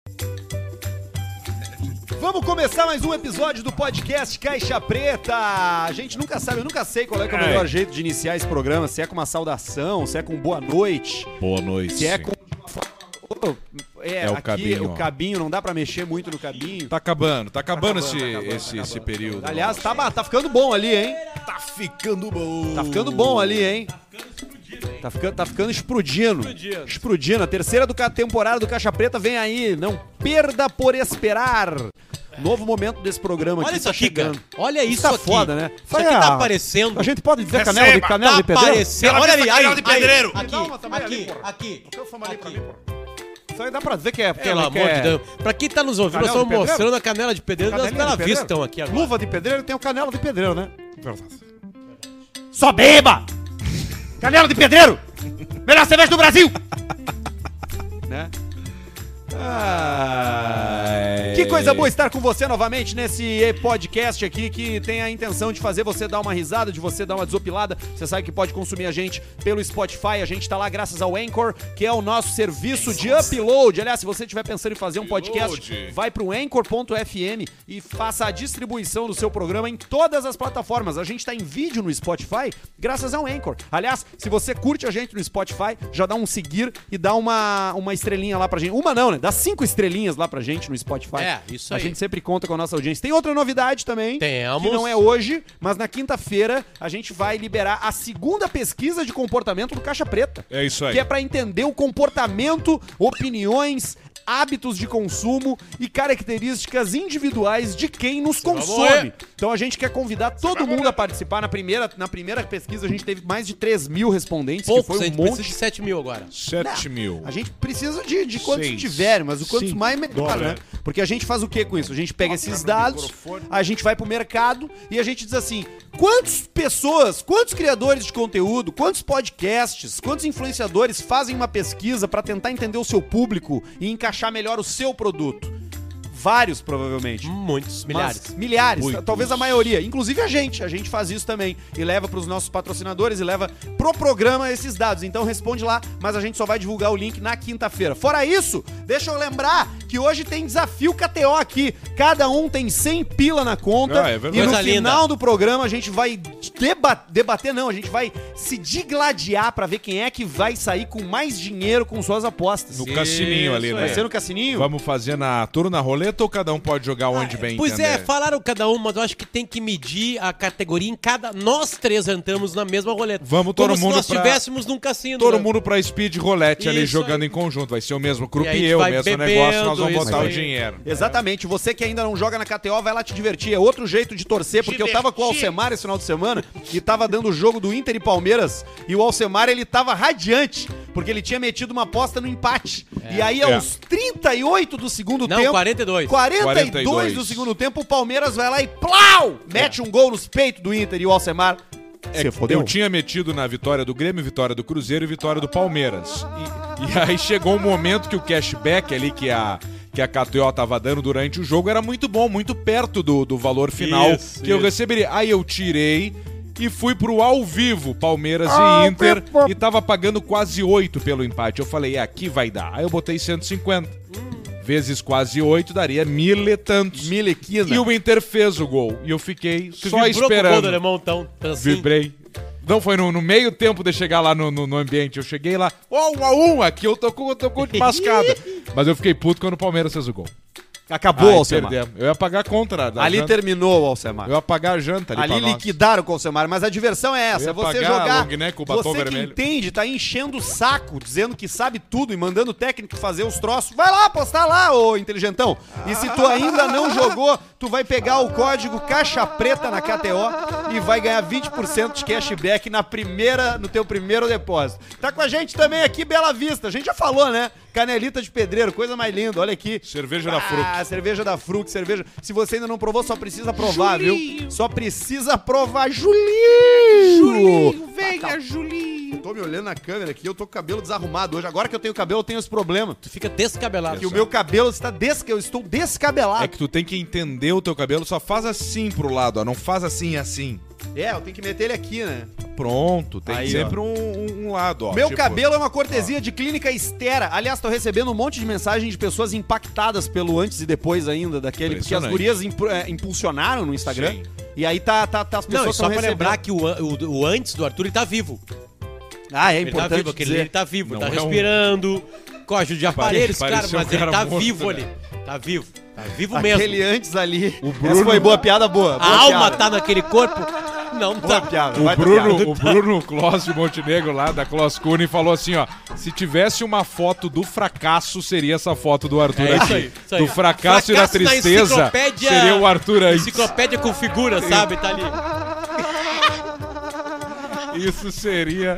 Vamos começar mais um episódio do podcast Caixa Preta. A gente nunca sabe, eu nunca sei qual é, que é o melhor jeito de iniciar esse programa. Se é com uma saudação, se é com boa noite. Boa noite. Se é com uma forma... o aqui, cabinho. O cabinho, não dá pra mexer muito no cabinho. Tá acabando esse período. Aliás, tá ficando bom ali, hein? Tá ficando bom. Tá ficando bom ali, hein? Tá ficando explodindo. Explodindo. A terceira temporada do Caixa Preta vem aí. Não perda por esperar. Novo momento desse programa. Olha aqui isso tá aqui, chegando. cara. Olha isso Tá aqui. foda, né? Isso aqui tá aparecendo. A gente pode dizer Receba. canela de Tá pedreiro? aparecendo. Olha ali, canela de pedreiro. Aqui, Dá uma também ali, aqui, porra. aqui. Isso aí dá pra dizer que é... Pelo amor de Deus. Pra quem tá nos ouvindo, nós Canela estamos de pedreiro? mostrando a canela de pedreiro das Canelinha de Bela pedreiro? Vista estão aqui agora. Luva de pedreiro tem o canela de pedreiro, né? Só beba! Canela de pedreiro! Melhor cerveja do Brasil! Né? Que coisa boa estar com você novamente nesse podcast aqui que tem a intenção de fazer você dar uma risada, de você dar uma desopilada. Você sabe que pode consumir a gente pelo Spotify, a gente tá lá graças ao Anchor, que é o nosso serviço de upload. Aliás, se você estiver pensando em fazer um podcast, vai pro Anchor.fm e faça a distribuição do seu programa em todas as plataformas. A gente tá em vídeo no Spotify graças ao Anchor. Aliás, se você curte a gente no Spotify, já dá um seguir e dá uma estrelinha lá pra gente. Uma não, né? Dá 5 estrelinhas lá pra gente no Spotify. É, isso A aí. gente sempre conta com a nossa audiência. Tem outra novidade também. Temos. Que não é hoje, mas na quinta-feira a gente vai liberar a segunda pesquisa de comportamento do Caixa Preta. É isso aí. Que é pra entender o comportamento, opiniões, hábitos de consumo e características individuais de quem nos consome. Então a gente quer convidar todo mundo a participar. Na primeira pesquisa a gente teve mais de 3 mil respondentes, Poucos, que foi a um gente monte. precisa de 7 mil agora. 7 mil. A gente precisa de quantos 6, tiverem, mas o quantos 5 mais melhor, dólares. né? Porque a gente faz o que com isso? A gente pega esses dados, a gente vai pro mercado e a gente diz assim, quantas pessoas, quantos criadores de conteúdo, quantos podcasts, quantos influenciadores fazem uma pesquisa pra tentar entender o seu público e encaixar melhor o seu produto? Vários, provavelmente. Muitos, milhares. Mas, milhares, Muitos. talvez a maioria. Inclusive a gente faz isso também. E leva pros nossos patrocinadores e leva pro programa esses dados. Então responde lá, mas a gente só vai divulgar o link na quinta-feira. Fora isso, deixa eu lembrar que hoje tem desafio KTO aqui. Cada um tem 100 pila na conta. É verdade. E no Coisa linda. final do programa a gente vai debater não, a gente vai se digladiar pra ver quem é que vai sair com mais dinheiro com suas apostas. No cassininho ali, Vai né? ser no cassininho? Vamos fazer na turno na roleta ou cada um pode jogar onde bem Pois entender? é, falaram cada um, mas eu acho que tem que medir a categoria em cada... Nós três entramos na mesma roleta. Vamos todo Como mundo se nós pra- estivéssemos num cassino. Todo né? mundo pra speed roulette ali Isso jogando aí. em conjunto. Vai ser o mesmo E aí a croupier, gente o vai mesmo bebendo, negócio, nós vamos isso botar o aí. dinheiro. Exatamente, você que ainda não joga na KTO, vai lá te divertir. É outro jeito de torcer, porque eu tava com o Alcemar esse final de semana e tava dando o jogo do Inter e Palmeiras. E o Alcemar, ele tava radiante, porque ele tinha metido uma aposta no empate. E aí, aos 38 do segundo Não, tempo. 42. 42 do segundo tempo, o Palmeiras vai lá e plau! Mete um gol nos peitos do Inter e o Alcemar. Você fodeu? Eu tinha metido na vitória do Grêmio, vitória do Cruzeiro e vitória do Palmeiras. E aí chegou um momento que o cashback ali que a KTO tava dando durante o jogo era muito bom, muito perto do valor final Isso, que eu isso. receberia. Aí eu tirei e fui pro ao vivo, Palmeiras e Inter, e tava pagando quase 8 pelo empate. Eu falei, aqui vai dar. Aí eu botei 150. Vezes quase 8 daria 1.000 e tantos. Milequina. E o Inter fez o gol. E eu fiquei Tu só vibrou com o gol do esperando. alemão, então. Assim. Vibrei. Não, foi no meio tempo de chegar lá no ambiente. Eu cheguei lá, 1-1, aqui eu tô com de mascada. Mas eu fiquei puto quando o Palmeiras fez o gol. Acabou, Aí Alcemar. perdemos. Eu ia pagar contra. da Ali janta. terminou o Alcemar. Eu ia pagar a janta ali Ali pra nós. liquidaram com o Alcemar, mas a diversão é Eu essa, ia você pagar jogar, long neck com o batom você vermelho. que entende, tá enchendo o saco, dizendo que sabe tudo e mandando o técnico fazer os troços, vai lá apostar lá, ô inteligentão. E se tu ainda não jogou, tu vai pegar o código Caixa Preta na KTO e vai ganhar 20% de cashback no teu primeiro depósito. Tá com a gente também aqui, Bela Vista, a gente já falou, né? Canelita de pedreiro, coisa mais linda, olha aqui. Cerveja da Fruc. Cerveja da Fruc, cerveja. Se você ainda não provou, só precisa provar, viu? Só precisa provar. Julinho! venha, Julinho. Eu tô me olhando na câmera aqui, eu tô com o cabelo desarrumado hoje. Agora que eu tenho cabelo, eu tenho esse problema. Tu fica descabelado. Que o meu cabelo está eu estou descabelado. É que tu tem que entender o teu cabelo, só faz assim pro lado, ó. Não faz assim e assim. É, eu tenho que meter ele aqui, né? pronto. Tem Aí, sempre um lado, ó. Meu tipo, cabelo é uma cortesia de Clínica Estera. Aliás, tô recebendo um monte de mensagem de pessoas impactadas pelo antes e depois ainda daquele, porque as Impressionante. gurias impulsionaram no Instagram. Sim. E aí as Não, pessoas e só estão pra recebendo. lembrar que o antes do Arthur, ele tá vivo. Ah, é Ele tá importante vivo, aquele dizer. ele tá vivo, Não tá é um- respirando, código de aparelhos, claro, pareceu mas um ele cara tá morto, vivo né? ali. Tá vivo mesmo. Aquele antes ali. O Bruno- Essa foi boa piada, boa. A boa alma piada. tá naquele corpo? Não Boa tá. piada. O vai tua piada. Bruno, o Bruno Kloss de Montenegro, lá da Kloss Kuhn, falou assim, ó, se tivesse uma foto do fracasso, seria essa foto do Arthur É aqui. isso aí, isso aí. Do fracasso e da Fracasso na tristeza, enciclopédia- seria o Arthur antes. Enciclopédia com figura, sabe? Tá ali. Isso seria...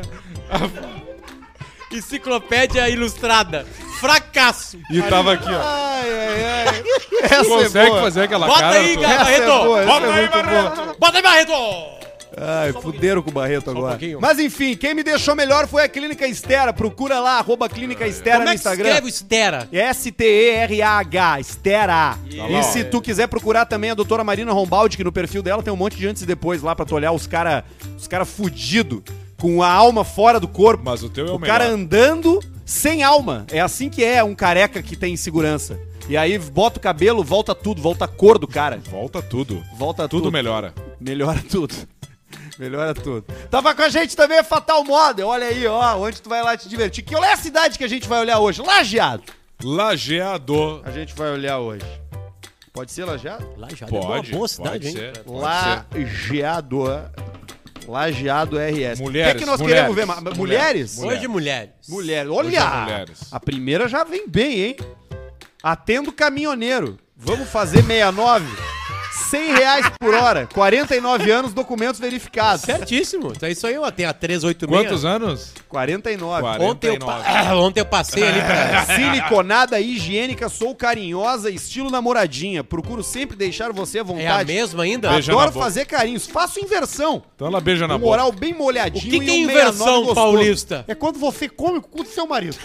Enciclopédia ilustrada. Fracasso. E tava aqui, ó. Ai, ai, ai. Essa Consegue é boa. fazer aquela Bota cara, aí, Arthur? cara. Essa é Barreto. boa, essa Bota é aí, muito Barreto. boa. Bota aí, Barreto. Ai, fuderam com o Barreto agora. pouquinho. Mas enfim, quem me deixou melhor foi a Clínica Estera. Procura lá, @Clínica Estera Como no é que se Instagram. escreve o Estera? Sterah, Estera. Tá E se tu quiser procurar também a doutora Marina Rombaldi, que no perfil dela tem um monte de antes e depois lá pra tu olhar os cara fudido, com a alma fora do corpo. Mas o teu é o O cara melhor. andando sem alma. É assim que é um careca que tem segurança. E aí bota o cabelo, volta tudo, volta a cor do cara. Volta tudo. Volta Tudo tudo. melhora. Melhora tudo. Melhora tudo. Tava com a gente também a Fatal Model. Olha aí, ó, onde tu vai lá te divertir. Que olha a cidade que a gente vai olhar hoje. Lajeado. Lajeado. A gente vai olhar hoje. Pode ser Lajeado? Lá já Pode. é uma boa cidade, pode hein? ser, pode ser. Lajeado. Lajeado RS. Mulheres, O que, que nós mulheres, queremos ver? Mulheres? Hoje, mulheres. Mulheres. Hoje é Olha! mulheres. A primeira já vem bem, hein? Atendo caminhoneiro. Vamos fazer 69. R$100 por hora. 49 anos, documentos verificados. Certíssimo. Então é isso aí, ó. Tem a 386. Quantos anos? 49. Ontem eu passei ali pra... Siliconada, higiênica, sou carinhosa, estilo namoradinha. Procuro sempre deixar você à É a vontade. mesma ainda? Beijo. na Adoro boca. fazer carinhos. Faço inversão. Então ela beija na Um boca. moral bem O molhadinho que, que é e um inversão, 69 gostoso. paulista? É quando você come o cu do seu marido.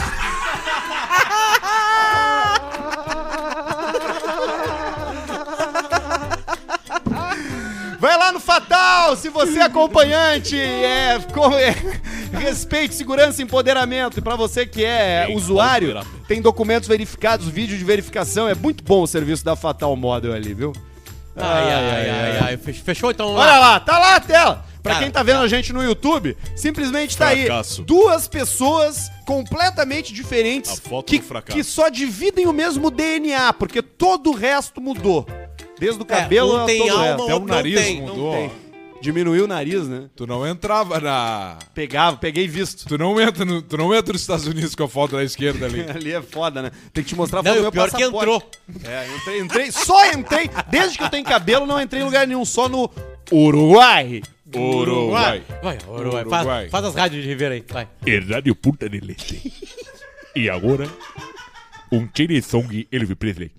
Vai lá no Fatal, se você é acompanhante, respeite, segurança e empoderamento. E pra você que é usuário, tem documentos verificados, vídeo de verificação. É muito bom o serviço da Fatal Model ali, viu? Ai. Fechou então? Olha lá, tá lá a tela. Pra Cara, quem tá vendo a gente no YouTube, simplesmente tá Fracasso. aí. Duas pessoas completamente diferentes A foto que, do fracasso. que só dividem o mesmo DNA, porque todo o resto mudou. Desde o cabelo um a tem todo o alma, resto. Até o outro não nariz tem. mudou. Tem. Diminuiu o nariz, né? Tu não entrava na... Peguei visto. Tu não entra nos Estados Unidos com a foto da esquerda ali. Ali é foda, né? Tem que te mostrar a Não, foto e do meu o pior é que passaporte. entrou. É, entrei, só entrei. Desde que eu tenho cabelo, não entrei em lugar nenhum, só no Uruguai. Uruguai. Vai, Uruguai. Uruguai. Faz as rádios de Ribeira aí, vai. Radio Punta del Este. E agora, Chile Song Elvis Presley.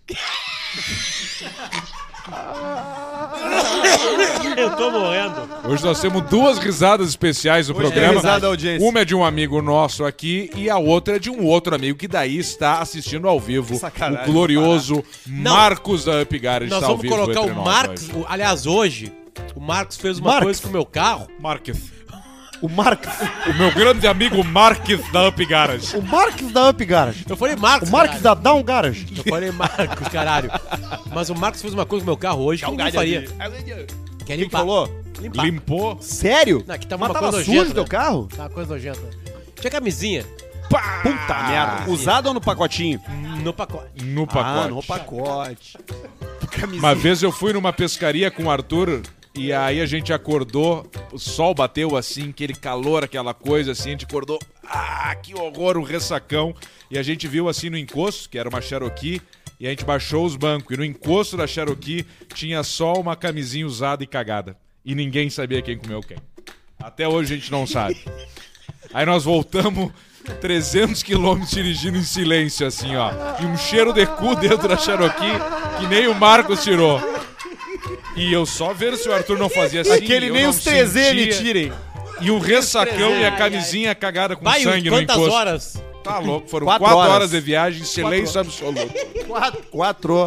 Eu tô morrendo. Hoje nós temos duas risadas especiais no Hoje programa. é risada da audiência. Uma é de um amigo nosso aqui e a outra é de um outro amigo que daí está assistindo ao vivo. Sacanagem, O glorioso Não. Marcos da Up Garage Nós está ao vamos vivo colocar entre o nós Marcos. hoje. Aliás, hoje, o Marcos fez uma Marcos. coisa com o meu carro. Marques. O Marcos. O meu grande amigo Marques da Up Garage. O Marcos da Up Garage. Eu falei Marcos. O Marcos caralho. da Down Garage. Eu falei Marcos, caralho. Mas o Marcos fez uma coisa com o meu carro hoje que ninguém faria. Quer O que limpar. falou? Limpar. Limpou. Sério? Não, aqui tá Mas uma tava coisa sujo nojenta, teu né? carro? Tá uma coisa nojenta. Tinha camisinha Puta merda. Usado ou no pacotinho? no pacote. No pacote. Ah, no pacote. Camisinha. Uma vez eu fui numa pescaria com o Arthur e aí a gente acordou, o sol bateu assim, aquele calor, aquela coisa assim, a gente acordou, que horror, um ressacão. E a gente viu assim no encosto, que era uma Cherokee, e a gente baixou os bancos. E no encosto da Cherokee tinha só uma camisinha usada e cagada. E ninguém sabia quem comeu quem. Até hoje a gente não sabe. Aí nós voltamos 300 quilômetros dirigindo em silêncio, assim, ó. E um cheiro de cu dentro da Cherokee que nem o Marcos tirou. E eu só vendo se o Arthur não fazia assim. Aquele eu nem não os 3Z me sentia. tirem. E um ressacão e a Ai, camisinha cagada com Vai, sangue no quantas encosto. horas? Tá louco, foram 4 4 horas. horas de viagem, silêncio absoluto. 4.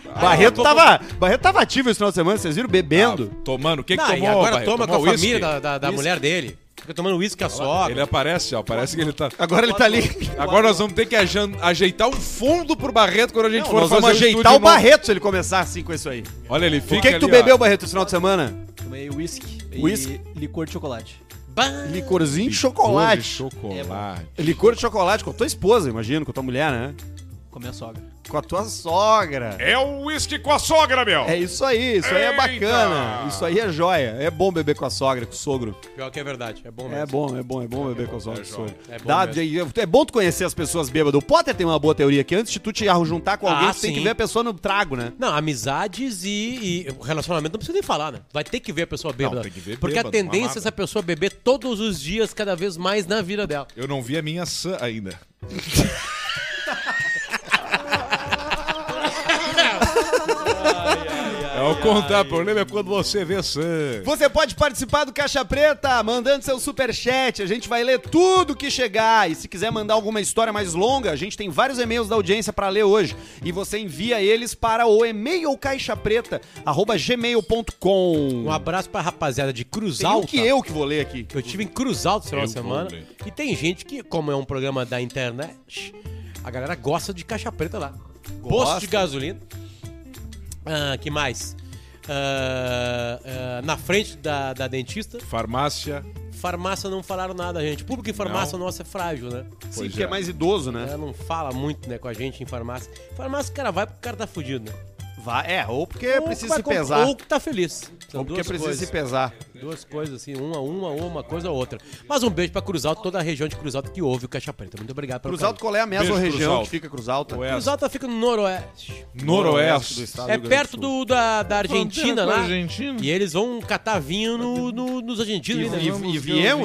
Barreto tava ativo esse final de semana, vocês viram? Bebendo. Tomando. O que Não, tomou, e agora Barreto? toma com Tomou a whisky? família da mulher dele. Fica tomando uísque com a sogra. Ele aparece, ó. Parece que ele tá... Agora ele tá ali. Agora nós vamos ter que ajeitar um fundo pro Barreto quando a gente for Nós fazer vamos estúdio ajeitar o novo. Barreto se ele começar assim com isso aí. Olha, ele fica O que tu ali, bebeu, ó. Barreto, esse final de semana? Tomei whisky Whisky? e licor de chocolate. Licorzinho de Cor chocolate. de chocolate. Licor de chocolate com a tua esposa, imagino, com a tua mulher, né? Com a minha sogra. Com a tua sogra. É o uísque com a sogra, meu. É isso aí é Eita! bacana. Isso aí é joia. É bom beber com a sogra, com o sogro. Pior que é verdade. É bom mesmo. É bom beber com a sogra, com o sogro. É bom É bom tu conhecer as pessoas bêbadas. O Potter tem uma boa teoria que antes de tu te juntar com alguém, tu tem que sim. ver a pessoa no trago, né? Não, amizades e relacionamento não precisa nem falar, né? Vai ter que ver a pessoa bêbada. tem que ver porque bêbado, a tendência mamado. é essa pessoa beber todos os dias, cada vez mais na vida dela. Eu não vi a minha sã ainda. É o contrário, o problema é quando você vê sã. Você pode participar do Caixa Preta mandando seu superchat. A gente vai ler tudo que chegar. E se quiser mandar alguma história mais longa, a gente tem vários e-mails da audiência pra ler hoje. E você envia eles para o e-mail caixapreta@gmail.com. Um abraço pra rapaziada de Cruz Tem um Alta. que eu que vou ler aqui. Eu tive em Cruz Alta esse final de Eu vou semana. ler. E tem gente que, como é um programa da internet, a galera gosta de caixa preta lá. Posto de gasolina. Que mais? Na frente da dentista. Farmácia. Farmácia não falaram nada, gente. Público em farmácia nossa é frágil, né? Sim, Pois que é é. mais idoso, né? Ela não fala muito, né, com a gente em farmácia. Farmácia o cara vai porque o cara tá fudido, né? Ou porque Ou precisa vai se comprar- pesar. Ou que tá feliz. São Ou porque duas precisa coisas. se pesar. Duas coisas assim, uma coisa ou outra. Mas um beijo pra Cruz Alta, toda a região de Cruz Alta que ouve o Caixa Preta. Muito obrigado pelo Cruz Alta, qual é a Beijo, Cruz mesorregião Alta. que fica Cruz Alta? Oeste. Cruz Alta fica no noroeste. Noroeste. do estado do É Rio Grande perto do Sul. da Argentina Fronteira com a lá. Argentina. E eles vão catar vinho nos argentinos. né? E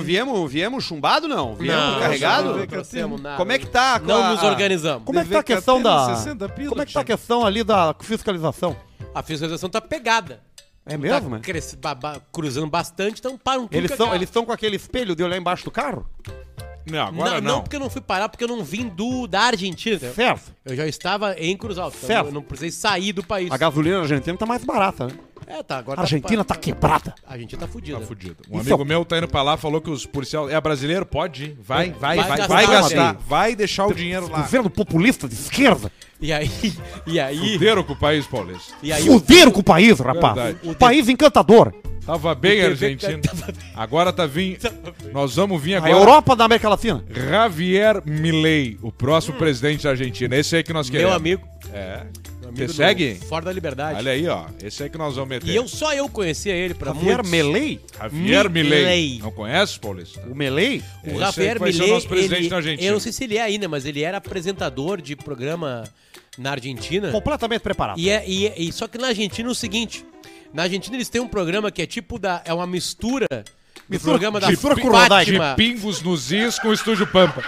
viemos chumbado, não? Viemos Não, carregado? não trouxemos nada. Como é que tá? Não nos organizamos. Como é que tá a questão da... 60 pila, Como é que tá a questão ali da fiscalização? A fiscalização tá pegada. É mesmo, Tá né? cruzando bastante, então param tudo. Eles que é carro. estão com aquele espelho de olhar embaixo do carro? Não, agora não, não. porque eu não fui parar, porque eu não vim da Argentina. Entendeu? Certo. Eu já estava em Cruz Alta. Então Certo. eu não precisei sair do país. A gasolina argentina tá mais barata, né? Tá, agora A Argentina tá quebrada. A Argentina tá fudida. Tá fudido. Um Isso amigo meu tá indo pra lá, falou que os policiais... É brasileiro? Pode ir. Vai gastar, gastar. né? Vai deixar o dinheiro lá. Governo populista de esquerda. E aí. Fuderam com o país paulista. E aí Fuderam com o país, rapaz. Verdade. O país encantador. Tava bem a TV Argentina. tava bem. Agora tá vindo... Nós vamos vir A agora... Europa da América Latina. Javier Milei, o próximo presidente da Argentina. Esse aí que nós queremos. Meu amigo. É. Meu Você amigo do segue? Fora da Liberdade. Olha aí, ó. Esse aí que nós vamos meter. E só eu conhecia ele pra Javier muitos. Milei? Javier Milei. Milei. Não conhece, Paulista? O Milei? O Esse Javier aí que vai ser o Milei, nosso presidente da Argentina. eu não sei se ele é ainda, mas ele era apresentador de programa na Argentina. Completamente preparado. E só que na Argentina é o seguinte, na Argentina eles têm um programa que é tipo é uma mistura do programa da mistura com Rodaica. De Fátima pingos nos is com o Estúdio Pampa.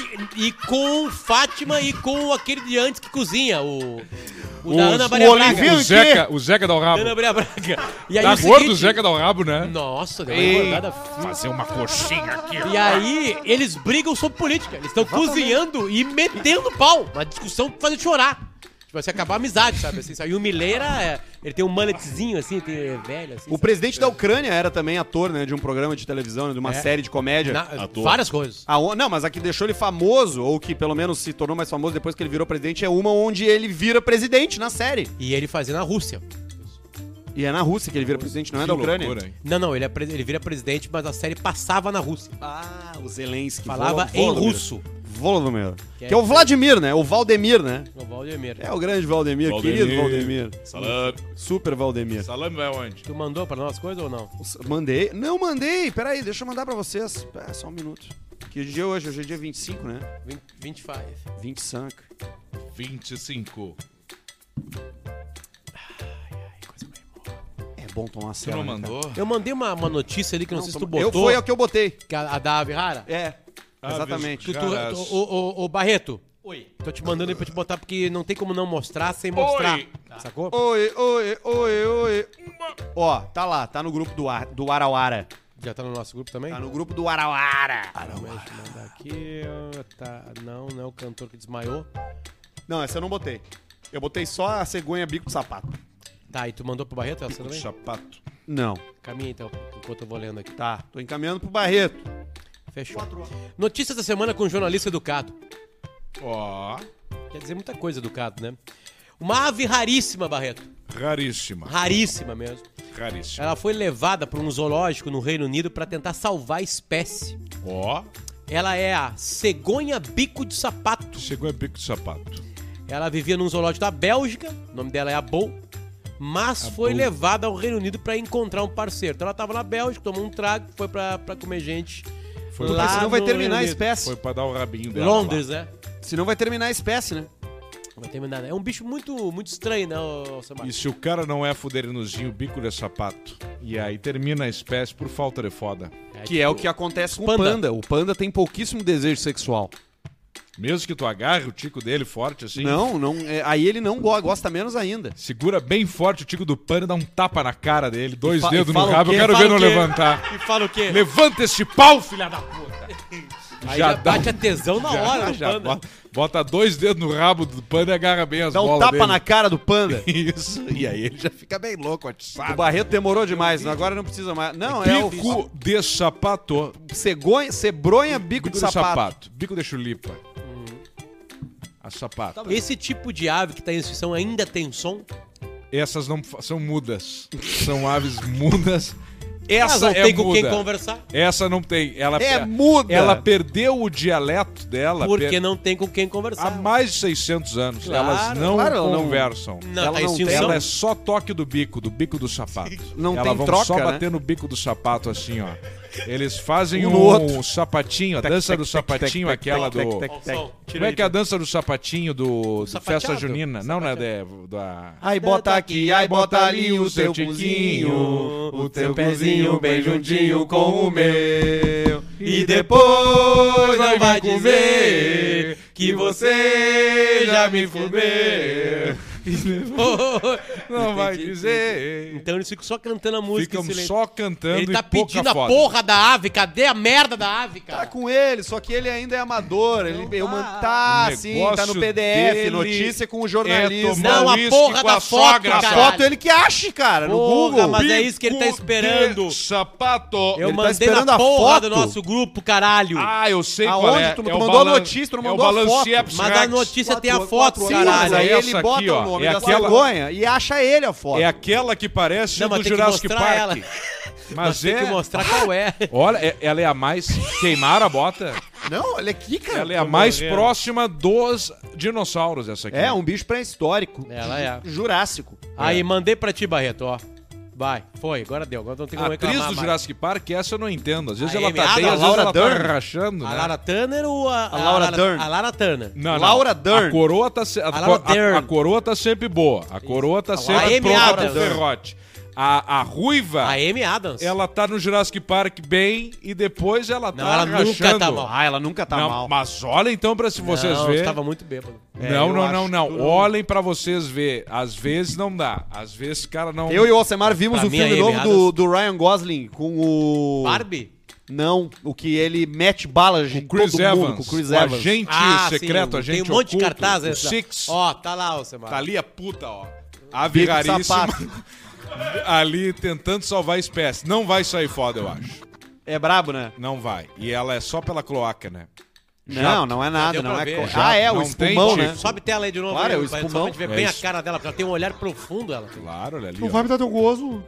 e com Fátima e com aquele de antes que cozinha, o Os- da Ana Maria o Braga. Olivinho- O Zeca dá o rabo. Ana Maria Braga. E aí Tá o gordo seguinte- o Zeca dá o rabo, né? Nossa, deu uma Ei, engordada. fazer uma coxinha aqui. E aí, eles brigam sobre política. Eles estão cozinhando e metendo pau. Uma discussão que faz chorar. Tipo assim, acabar a amizade, sabe? Assim, e o Mileira, ele tem um mulletzinho, assim, tem velho, assim. O presidente da Ucrânia era também ator, né? De um programa de televisão, né, de uma É. série de comédia. Várias coisas. Não, mas a que deixou ele famoso, ou que pelo menos se tornou mais famoso depois que ele virou presidente, é uma onde ele vira presidente na série. E ele fazia na Rússia. E é na Rússia que ele vira presidente, não é Que da Ucrânia. loucura, hein? Não, ele vira presidente, mas a série passava na Rússia. Ah, o Zelensky. Falava em russo. Volodymyr. Que é o Vladimir, né? O Valdemir, né? O Valdemir. É o grande Valdemir, querido Valdemir. Salame. Super Valdemir. Salame vai onde? Tu mandou pra nós coisa ou não? Mandei. Não mandei. Peraí, deixa eu mandar pra vocês. Só um minuto. Que dia é hoje? Hoje é dia 25, né? 25. 25. 25. É bom tomar Você cela, não né, cara? mandou? Eu mandei uma notícia ali que não sei se tu Eu botou. foi o que eu botei. que a da Ave Rara. É. Exatamente. Caralho. Ô, Barreto. Oi. Tô te mandando aí pra te botar porque não tem como não mostrar sem mostrar. Oi. Sacou? Oi. Ó, tá lá, tá no grupo do Arauara. Já tá no nosso grupo também? Tá no grupo do Arauara. Deixa eu mandar aqui. Tá. Não é o cantor que desmaiou. Não, essa eu não botei. Eu botei só a cegonha bico de sapato. Tá, e tu mandou pro Barreto essa Bico de também? sapato. Não. Caminha então, enquanto eu vou lendo aqui. Tá, tô encaminhando pro Barreto. Fechou. Notícias da semana com o jornalista educado. Ó, Quer dizer muita coisa educado, né? Uma ave raríssima, Barreto. raríssima. Raríssima mesmo. Raríssima. Ela foi levada para um zoológico no Reino Unido para tentar salvar a espécie. Ó, Ela é a cegonha bico de sapato. chegou a bico de sapato. Ela vivia num zoológico da Bélgica, o nome dela é Abo, mas foi levada ao Reino Unido para encontrar um parceiro. Então ela tava na Bélgica, tomou um trago, foi pra comer gente Foi lá Porque senão vai no terminar a Reino Unido. espécie. Foi pra dar o rabinho dela. Londres, né? Senão vai terminar a espécie, né? Vai terminar, né? É um bicho muito estranho, né, ô lá. Samar? E se o cara não é fuderinozinho, bico de sapato, e aí termina a espécie por falta de foda. Que é o que acontece com o Panda. panda. O panda tem pouquíssimo desejo sexual. Mesmo que tu agarre o tico dele forte assim. Não, aí ele não gosta menos ainda. Segura bem forte o tico do pano e dá um tapa na cara dele. Dois e dedos no fala o rabo. Eu quê? quero Fala ver não o quê? levantar. E fala o quê? Levanta este pau, filha da puta! Aí já dá bate a tesão na hora no já panda. bota dois dedos no rabo do pano e agarra bem as Dá um bolas tapa dele. na cara do panda. Isso. E aí ele já fica bem louco, O atiçado. Barreto demorou demais, agora não precisa mais. Não, é o Bico de sapato. cebronha, bico de sapato. Bico de chulipa. A sapato. Esse tipo de ave que tá em extinção ainda tem som? Essas não são mudas. São aves mudas. Elas Essa não é tem com quem muda. conversar? Essa não tem. Ela É muda. Ela perdeu o dialeto dela Porque não tem com quem há conversar. mais de 600 anos. Claro, Elas não claro, ela não- conversam. Não, Ela tá em não tem- extinção. Ela é só toque do bico do sapato. Não Elas tem vão troca, só né? bater no bico do sapato assim, ó. Eles fazem Um no um outro. sapatinho, a dança do sapatinho, aquela do... Ó, o som. Como é que é a dança do sapatinho do sapateado. Festa Junina? Não, não é da... Ai, bota aqui, ai, bota ali o teu cozinho, o teu pezinho bem juntinho com o meu. E depois não vai dizer que você já me fudeu. Não vai dizer... Então eles ficam só cantando a música. Ficam em silêncio. só cantando Ele tá e pouca pedindo a foda. porra da ave. Cadê a merda da ave, Tá cara? com ele, só que ele ainda é amador. Tá, O sim, tá no negócio PDF, dele notícia com o é jornalista. tomar Não, a uísque porra com da a foto, sogra, A cara. foto ele que ache, cara, no Porra, Google. mas é isso que ele tá Bico esperando. de sapato. Eu Ele tá mandei esperando na a porra foto. do nosso grupo, caralho. Ah, eu sei Aonde? qual é. Tu é o mandou a balan- notícia, tu não é o mandou a foto. Balancieps Mas a Rex. notícia tem a Quatro- foto, quatro- caralho. Sim, mas aí Essa ele aqui, bota ó, o nome é da aquela- cegonha e acha ele a foto. É aquela que parece Não, mas do tem que Jurassic mostrar Park. ela. Mas Tem é... que mostrar qual é. Olha, ela é a mais... Queimaram a bota. Não, olha aqui, cara. Ela é a mais próxima dos dinossauros, essa aqui. É, um bicho pré-histórico. Ela é. Jurássico. Aí, mandei pra ti, Barreto, ó. Vai, foi, agora deu. Agora não tem A como atriz reclamar do mais. Jurassic Park, essa eu não entendo. Às vezes A ela Amy tá bem, Adams, às vezes Laura ela Dern. tá rachando, A né? Lara Turner ou a Laura Dern. A Lara Turner. Não, Laura Dern. A coroa tá Laura Dern. a coroa tá sempre boa. A coroa tá sempre Amy pronta pro Adams. ferrote. A ruiva, A Amy Adams. ela tá no Jurassic Park bem e depois ela tá Não, ela nunca rachando. tá mal. Ah, ela nunca tá Não, mal. mas olha então pra se vocês Não, verem. estava muito bêbado. Não, eu não, acho não, que não. tu não- Olhem pra vocês ver. Às vezes não dá. Às vezes o cara não... Eu e o Alcemar vimos Pra o mim, filme a Amy novo do Ryan Gosling com o... Barbie? Não, o que ele mete bala em Chris todo Evans, mundo, com o Chris o Evans. agente secreto, sim, agente tem um monte de oculto, cartaz. o essa. Six. Ó, tá lá, Alcemar. Tá ali a puta, ó. Ave Bico de raríssima. sapato. Ali tentando salvar a espécie. Não vai sair foda, eu acho. É brabo, né? Não vai. E ela é só pela cloaca, né? Não, não é nada, deu não pra é... ver. Ah, é, o Não tem espumão, tipo. né? Sobe tela aí de novo. Claro, aí, é o vai- espumão. Só pra gente ver É bem isso. a cara dela, porque ela tem um olhar profundo, ela tem. Claro, olha ali. ó. me dar teu gozo.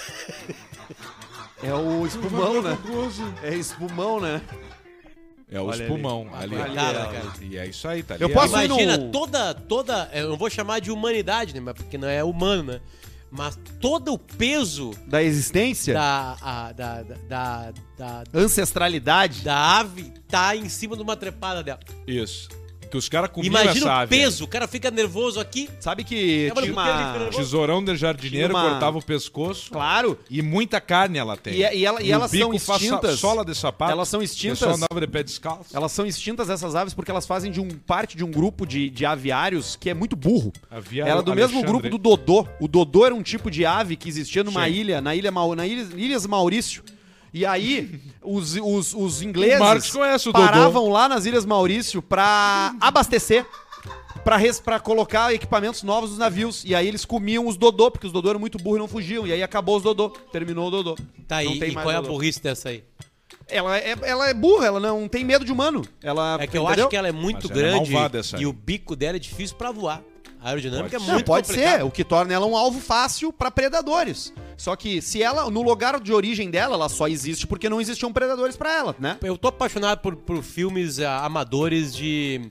É o espumão, né? É espumão, né? É o espumão. Ali, Olha ela, cara. E é isso aí, tá ali. Eu posso ir Imagina no- toda. Eu não vou chamar de humanidade, né? mas porque não é humano, né? Mas todo o peso Da existência? da Ancestralidade? ave tá em cima de uma trepada dela. Isso. Que os caras comiam Imagina essa o ave. peso, o cara fica nervoso aqui. Sabe que É, mas tinha por que ele fica uma... nervoso? Tesourão de jardineiro, Tinha uma- cortava o pescoço. Claro. E muita carne ela tem. E elas o bico são faz extintas. sola de sapato. Elas são O extintas. pessoal andava de pé descalço. Elas são extintas, essas aves, porque elas fazem parte de um grupo de aviários que é muito burro. Aviário Era do mesmo Alexandre. grupo do Dodô. O Dodô era um tipo de ave que existia numa Sim. ilha, Ilhas Maurício. E aí, os ingleses O Marcos conhece o Dodô. paravam lá nas Ilhas Maurício pra abastecer. pra colocar equipamentos novos nos navios. E aí eles comiam os dodô, porque os dodô eram muito burros e não fugiam. E aí acabou os dodô. Terminou o dodô. Tá aí, Não tem e mais qual é a dodô. burrice dessa aí? Ela é burra, ela não tem medo de humano. Ela, É que eu entendeu? acho que ela é muito Mas ela é grande malvada, essa aí. e o bico dela é difícil pra voar. A aerodinâmica Pode é Não, muito pode complicada. ser, o que torna ela um alvo fácil pra predadores. Só que se ela, no lugar de origem dela, ela só existe porque não existiam predadores pra ela, né? Eu tô apaixonado por filmes amadores de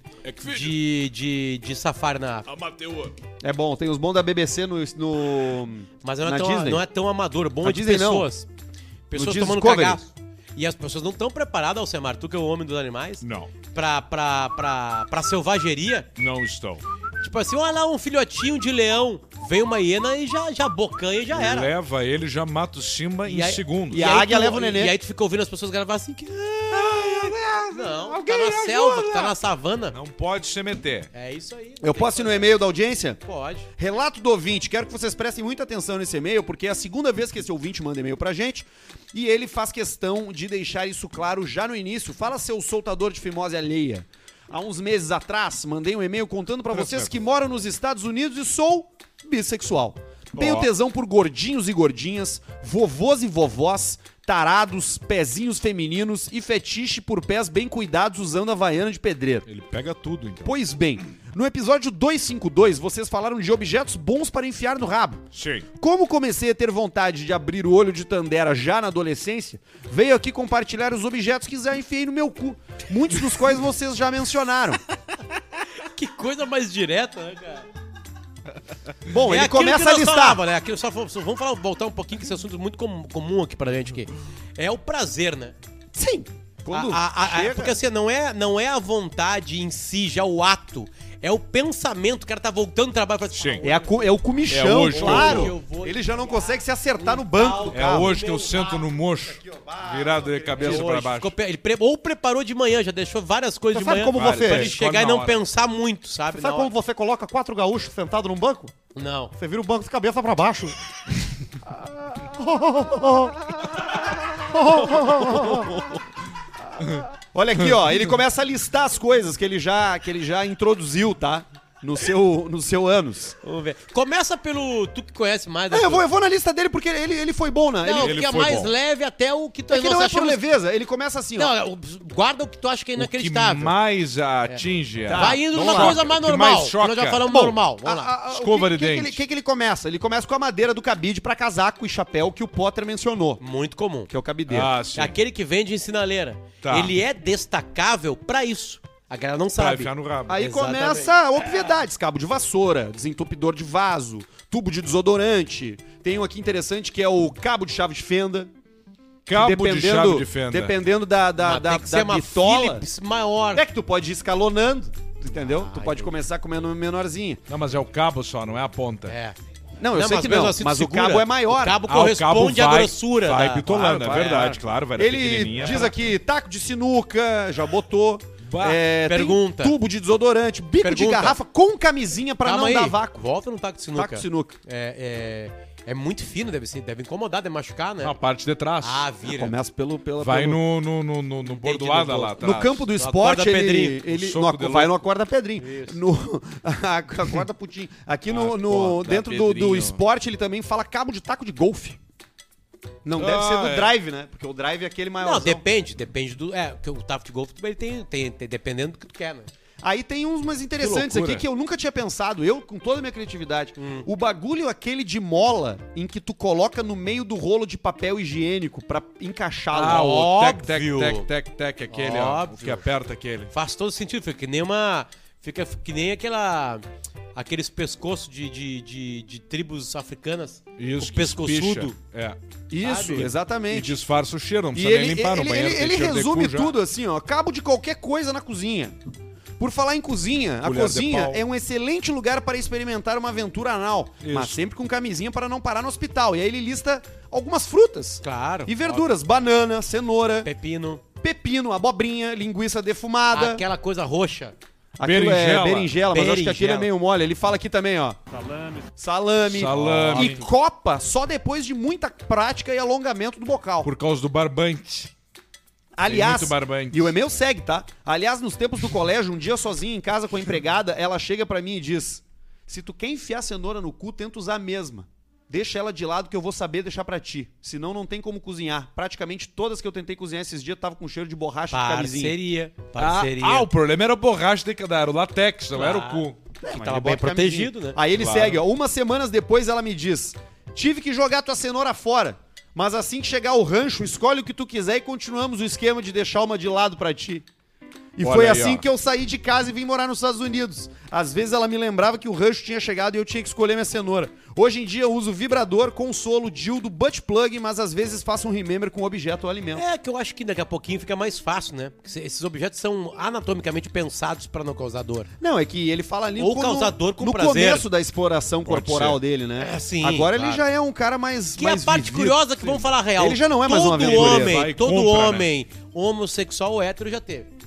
safari na África. É bom, tem os bons da BBC no Mas não é, na tão, Disney. não é tão amador. Bom Na é de Disney, não. pessoas. Pessoas No tomando Discovery. cagaço. E as pessoas não estão preparadas, Alcemar, tu que é o homem dos animais, Não, pra selvageria. não estão. Tipo assim, olha lá um filhotinho de leão. Vem uma hiena e já bocanha e já era. Leva ele, já mata o Simba em aí- segundos. e a aí águia tu- leva o nenê. E aí tu fica ouvindo as pessoas gravar assim que... Não, tá na selva, tá na savana. Não pode se meter. É isso aí. Eu posso ir no e-mail da audiência? Pode. Relato do ouvinte. Quero que vocês prestem muita atenção nesse e-mail, porque é a segunda vez que esse ouvinte manda e-mail pra gente. E ele faz questão de deixar isso claro já no início. Fala, seu soltador de fimose alheia. Há uns meses atrás, mandei um e-mail contando pra vocês que moram nos Estados Unidos e sou bissexual. Tenho tesão por gordinhos e gordinhas, vovôs e vovós, tarados, pezinhos femininos e fetiche por pés bem cuidados usando havaiana de pedreiro. Ele pega tudo, então. Pois bem, no episódio 252, vocês falaram de objetos bons para enfiar no rabo. Sim. Como comecei a ter vontade de abrir o olho de Tandera já na adolescência, veio aqui compartilhar os objetos que já enfiei no meu cu, muitos dos quais vocês já mencionaram. Que coisa mais direta, né, cara? Bom, ele aquilo começa que a nós listar. falava, né? Aquilo vamos voltar um pouquinho, que esse assunto é muito comum aqui pra gente aqui. É o prazer, né? Sim. Quando chega... Porque assim, não é a vontade em si, já o ato. É o pensamento, o cara tá voltando do trabalho e fala assim, Sim. É o comichão, É hoje que claro. eu vou Ele já não consegue se acertar no banco do É carro. hoje que eu sento no mocho, virado de cabeça pra hoje, baixo. ele ou preparou de manhã, já deixou várias coisas Você de sabe manhã. como você- Pra ele Escolhe chegar e na não hora. pensar muito, sabe? Sabe como você coloca 4 gaúchos sentados num banco? Não. Você vira o banco de cabeça pra baixo. Olha aqui, ó, ele começa a listar as coisas que ele já introduziu, tá? No seu ânus. Vamos ver. Começa pelo... Tu que conhece mais. Eu vou na lista dele porque ele foi bom, né? Não, Ele, o que é foi mais bom. leve até o que tu é que não nós é por achamos- leveza, ele começa assim, ó. Não, guarda o que tu acha que é O que inacreditável. mais atinge Tá. Vai indo vamos numa lá. coisa mais O que normal. mais choca. Nós já falamos Bom, normal. Vamos lá. Escova de que dente. que ele começa? Ele começa com a madeira do cabide pra casaco e chapéu que o Potter mencionou, Muito comum. que é o cabideiro. Ah, sim. Aquele que vende em sinaleira. Tá. Ele é destacável pra isso. A galera não Pra sabe. enfiar no rabo. Aí Exatamente. começa obviedades, cabo de vassoura, desentupidor de vaso, tubo de desodorante. Tem um aqui interessante que é o cabo de chave de fenda. Cabo de chave de fenda. Dependendo da Mas tem que ser uma bitola. Philips maior. É que tu pode ir escalonando, entendeu? Tu pode começar comendo menorzinho. Não, mas é o cabo só, não é a ponta. É. Não, eu sei mas que mesmo não, assim tu mas o segura. cabo é maior. O cabo Ah, corresponde à vai- grossura. Vai da- bitolando, Claro, é vai, verdade, claro. Vai da Ele pequenininha diz pra- aqui, taco de sinuca, já botou. Bah. Tem Pergunta. tubo de desodorante, bico de Pergunta. garrafa com camisinha pra Calma não aí. dar vácuo. Volta no taco de sinuca. Taco de sinuca. É muito fino, deve incomodar, deve machucar, né? Na parte de trás. Ah, vira. Começa pela Vai pelo- no bordoada lá atrás. No campo do No esporte, acorda ele, Pedrinho. ele O soco de vai luz. no acorda Pedrinho. No acorda Putinho. Aqui no Acorda dentro do Pedrinho. esporte, ele também fala cabo de taco de golfe. Não deve ser do é. drive, né? Porque o drive é aquele maior. Não, depende do... porque o taco de golfe ele tem dependendo do que tu quer, né? Aí tem uns mais interessantes loucura. aqui que eu nunca tinha pensado, eu com toda a minha criatividade. O bagulho aquele de mola em que tu coloca no meio do rolo de papel higiênico pra encaixá-lo. Ah, o tec, Óbvio. tec, aquele, ó. O Óbvio. que aperta aquele. Faz todo sentido, fica que nem aqueles pescoços de tribos africanas. Isso, o que pescoçudo. espicha. É. Isso, sabe? E exatamente. disfarça o cheiro, não E precisa nem ele, limpar no ele, banheiro. ele, tem ele cheiro de resume cu já. tudo assim, ó. Cabo de qualquer coisa na cozinha. Por falar em cozinha, a Colher de cozinha pau. é um excelente lugar para experimentar uma aventura anal. Isso. Mas sempre com camisinha para não parar no hospital. E aí ele lista algumas frutas. Claro. E verduras. Banana, cenoura, Pepino. pepino, abobrinha, linguiça defumada. Aquela coisa roxa. Aquilo é Berinjela. berinjela, mas eu acho que aquilo é Berinjela. meio mole. Ele fala aqui também, ó. Salame. Salame. E copa só depois de muita prática e alongamento do bocal. Por causa do barbante. Aliás, muito barbante. e o e-mail segue, tá? Aliás, nos tempos do colégio, um dia sozinho em casa com a empregada, ela chega pra mim e diz: se tu quer enfiar cenoura no cu, tenta usar a mesma. Deixa ela de lado que eu vou saber deixar pra ti. Senão não tem como cozinhar. Praticamente todas que eu tentei cozinhar esses dias tava com cheiro de borracha de camisinha. Parceria. O problema era a borracha, era o latex, não era o cu. Que Mas tava ele bem bota protegido, camisinha. né? Aí ele Claro. segue, ó. Umas semanas depois ela me diz: tive que jogar tua cenoura fora. Mas assim que chegar o rancho, escolhe o que tu quiser e continuamos o esquema de deixar uma de lado pra ti. E Olha foi aí, assim ó. que eu saí de casa e vim morar nos Estados Unidos. Às vezes ela me lembrava que o rancho tinha chegado e eu tinha que escolher minha cenoura. Hoje em dia eu uso vibrador, consolo, dildo, butt plug, mas às vezes faço um remember com objeto ou alimento. É que eu acho que daqui a pouquinho fica mais fácil, né? Porque esses objetos são anatomicamente pensados pra não causar dor. Não, é que ele fala ali Ou causador com no prazer. começo da exploração Pode corporal ser. dele, né? É, sim, Agora claro. ele já é um cara mais Que é a mais parte vivido. curiosa que vamos falar a real. Ele já não é mais um Todo aventureiro. homem, Vai e todo compra, homem homossexual ou hétero já teve.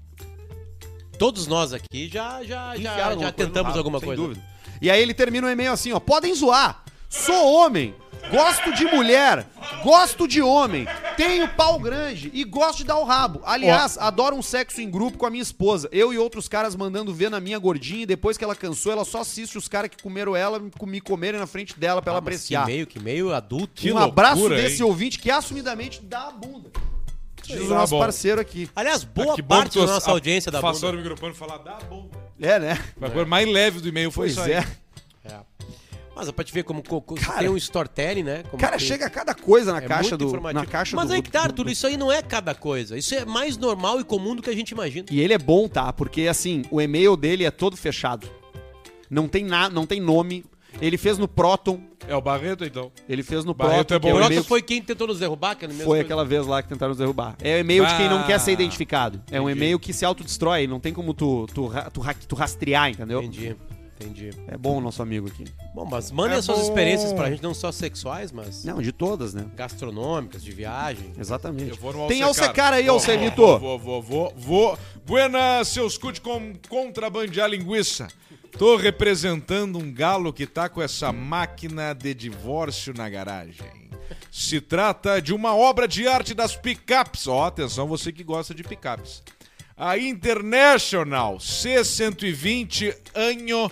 Todos nós aqui já Enfiaram alguma coisa no tentamos rabo, alguma sem coisa. dúvida. E aí ele termina o e-mail assim, ó: podem zoar. Sou homem, gosto de mulher, gosto de homem, tenho pau grande e gosto de dar o rabo. Aliás, adoro um sexo em grupo com a minha esposa. Eu e outros caras mandando ver na minha gordinha e depois que ela cansou, ela só assiste os caras que comeram ela me comerem na frente dela pra ela Mas apreciar. Que meio adulto. Que Um abraço loucura, desse hein? ouvinte que assumidamente dá a bunda. Diz o Tá nosso bom. parceiro aqui. Aliás, boa Que bom parte que tu da nossa audiência da passou bunda. no microfone e falar, dá bom. É, né? A coisa mais leve do e-mail foi Pois isso aí. é. É. Mas é pra te ver como Cara, tem um storytelling, né? Como Cara, tem- chega cada coisa na é caixa muito do... informativo. Na caixa Mas do, aí que tá, do- Arthur, isso aí não é cada coisa. Isso é mais normal e comum do que a gente imagina. E ele é bom, tá? Porque, assim, o e-mail dele é todo fechado. Não tem não tem nome. Ele fez no Proton. É o Barreto, então. Ele fez no Barreto Proton. é bom. que O o Broto e-mail foi quem tentou nos derrubar, aquele mesmo. foi coisa. aquela vez lá que tentaram nos derrubar. É o e-mail de quem não quer ser identificado. É um Entendi. e-mail que se autodestrói. Não tem como tu rastrear, entendeu? Entendi. É bom o nosso amigo aqui. Bom, mas mandem É as suas bom. experiências pra gente, não só sexuais, mas Não, de todas, né? gastronômicas, de viagem. Exatamente. Eu vou no Tem Alcecar. Alcecar aí, Vou, Alcenito. Vou. Buenas, seus cu de contrabandear linguiça. Tô representando um galo que tá com essa máquina de divórcio na garagem. Se trata de uma obra de arte das picapes. Ó, atenção, você que gosta de picapes. A International C120 ano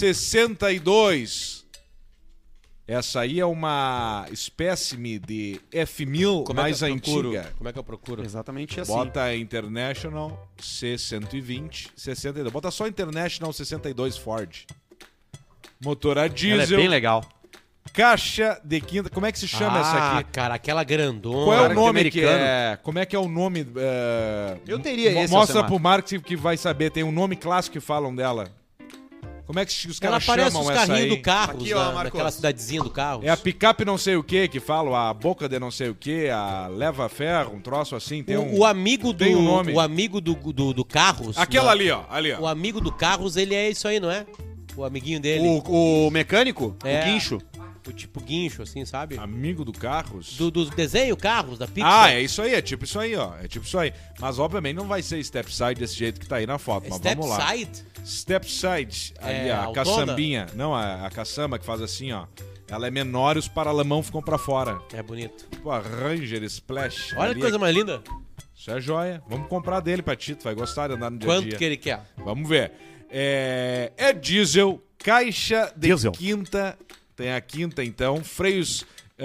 62. Essa aí é uma espécime de F1000 mais antiga. Como é que eu procuro? Exatamente assim. Bota International C120 62. Bota só International 62 Ford. Motor a Ela é diesel. bem legal. Caixa de quinta. Como é que se chama essa aqui? Cara, aquela grandona. Qual é o cara, que nome americano. que é? Como é que é o nome? Eu teria esse, Mostra Alcemar. pro Marcos que vai saber. Tem um nome clássico que falam dela. Como é que os Ela caras parece chamam os essa carrinhos aí? do carro, Aqui, ó, Marcos. naquela cidadezinha do carro. É a picape não sei o que falam, a boca de não sei o que, a leva ferro, um troço assim. Tem O amigo do tem um nome. o amigo do Carros. Aquela né? ali, ó. Ali, O ó. amigo do Carros, ele é isso aí, não é? O amiguinho dele. O mecânico? É. O guincho? O tipo guincho, assim, sabe? Amigo do Carros. Do desenho Carros, da Pixar. Ah, é isso aí, é tipo isso aí, ó. É tipo isso aí. Mas obviamente não vai ser stepside desse jeito que tá aí na foto, mas vamos lá. Stepside? Stepside, ali, É, a autona? caçambinha. Não, a caçamba que faz assim, ó. Ela é menor e os paralamão ficam pra fora. É bonito. Tipo a Ranger Splash. Olha ali, que coisa mais linda. Isso é joia. Vamos comprar dele pra ti, tu vai gostar de andar no dia a Quanto dia. que ele quer? Vamos ver. É diesel, caixa de Diesel. quinta. Tem a quinta, então. Freios,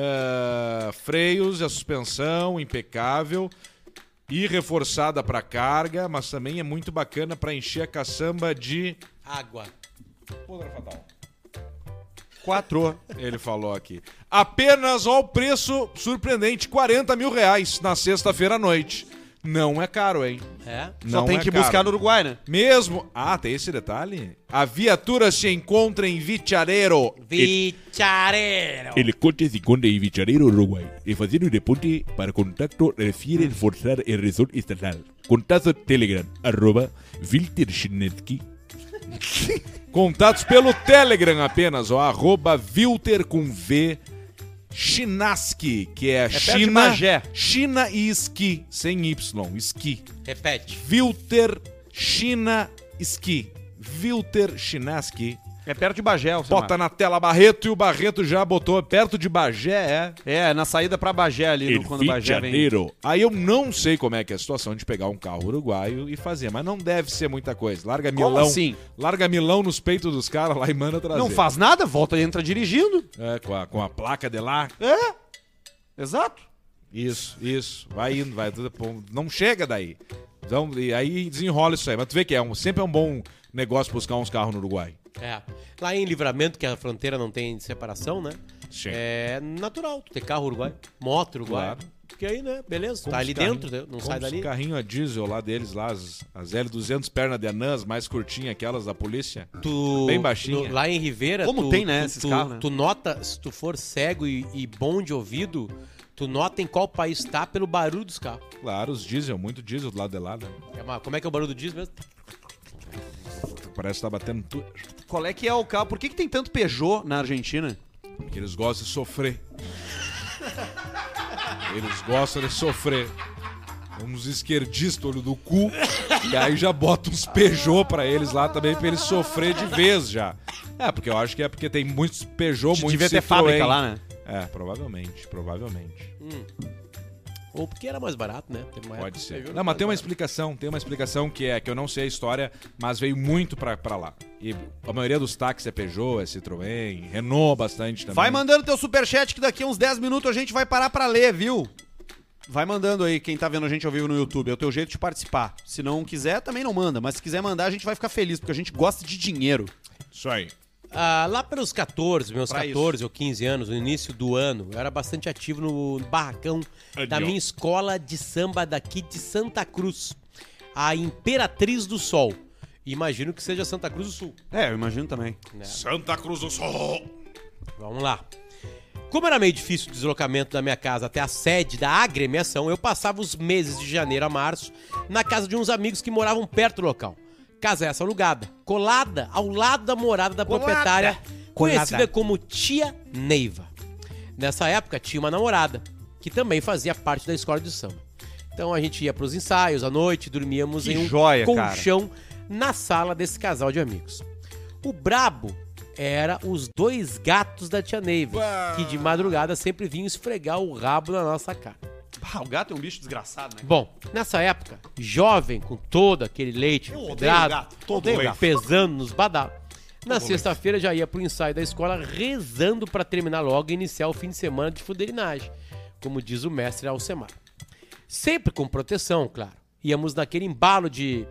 a suspensão impecável. E reforçada para carga, mas também é muito bacana para encher a caçamba de... Água. Fatal. 4. Ele falou aqui. Apenas ao preço surpreendente, R$40 mil na sexta-feira à noite. Não é caro, hein? É? Só Não tem é que caro. buscar no Uruguai, né? Mesmo... Ah, tem esse detalhe? A viatura se encontra em Vichareiro. Vichareiro. El coche se encuentra en Vicharero, Uruguay. El facilio de ponte para contacto refiere reforzar el resort estatal. Contacto Telegram, @Wilterschnetski. Contatos pelo Telegram apenas, ó. @Wilter com V. Chinaski, que é perto de China. Magé. China e Ski, sem Y. Ski. Repete. Wilter China Ski. Wilter Chinaski. É perto de Bagé, o Bota na tela Barreto e o Barreto já botou perto de Bagé, É, na saída pra Bagé ali, El quando Rio de Bagé vem. Janeiro. Aí eu não sei como é que é a situação de pegar um carro uruguaio e fazer, mas não deve ser muita coisa. Larga Como milão, assim? larga milão nos peitos dos caras lá e manda trazer. Não faz nada, volta e entra dirigindo. É, com a placa de lá. É, exato. Isso. Vai indo, vai tudo. Não chega daí. Então, e aí desenrola isso aí. Mas tu vê que sempre é um bom negócio buscar uns carros no Uruguai. É. Lá em Livramento, que a fronteira não tem separação, né? Sim. É natural tu ter carro uruguai, moto uruguai. Claro. Porque aí, né? Beleza, tá Uns ali carrinhos- dentro, não como sai os dali. carrinho a diesel lá deles, lá, as L200 perna de anã, as mais curtinhas, aquelas da polícia. Bem baixinha. Lá em Ribeira, Como tem, né, esses carros, né? Tu nota, se tu for cego e bom de ouvido, tu nota em qual país tá pelo barulho dos carros. Claro, os diesel, muito diesel do lado de lá, né? Como é que é o barulho do diesel mesmo? Parece que tá batendo tudo. Qual é que é o carro? Por que tem tanto Peugeot na Argentina? Porque eles gostam de sofrer. Eles gostam de sofrer. Uns esquerdistas, olho do cu. E aí já bota uns Peugeot pra eles lá também, pra eles sofrer de vez já. É, porque eu acho que é porque tem muitos Peugeot, muitos Devia ter Citroën. fábrica lá, né? É, provavelmente. Ou porque era mais barato, né? Teve uma Pode época que ser. Peugeot Não, era mas mais tem uma barato. explicação que eu não sei a história, mas veio muito pra lá. E a maioria dos táxis é Peugeot, é Citroën, Renault bastante também. Vai mandando teu superchat que daqui a uns 10 minutos a gente vai parar pra ler, viu? Vai mandando aí quem tá vendo a gente ao vivo no YouTube. É o teu jeito de participar. Se não quiser, também não manda. Mas se quiser mandar, a gente vai ficar feliz, porque a gente gosta de dinheiro. Isso aí. Lá pelos 14, meus Pra 14 ou 15 anos, no início do ano, eu era bastante ativo no barracão da minha escola de samba daqui de Santa Cruz, a Imperatriz do Sol. Imagino que seja Santa Cruz do Sul. É, eu imagino também. Santa Cruz do Sul. Vamos lá. Como era meio difícil o deslocamento da minha casa até a sede da agremiação, eu passava os meses de janeiro a março na casa de uns amigos que moravam perto do local. Casa essa alugada, colada ao lado da morada da proprietária, conhecida como Tia Neiva. Nessa época tinha uma namorada, que também fazia parte da escola de samba. Então a gente ia pros ensaios à noite, dormíamos Que em um joia, colchão na sala desse casal de amigos. O brabo era os dois gatos da Tia Neiva, que de madrugada sempre vinham esfregar o rabo na nossa cara. Ah, o gato é um bicho desgraçado, né? Bom, nessa época, jovem, com todo aquele leite pedrado, pesando nos badalos, na sexta-feira já ia pro ensaio da escola rezando pra terminar logo e iniciar o fim de semana de fuderinagem, como diz o mestre Alcemar. Sempre com proteção, claro. Íamos naquele embalo de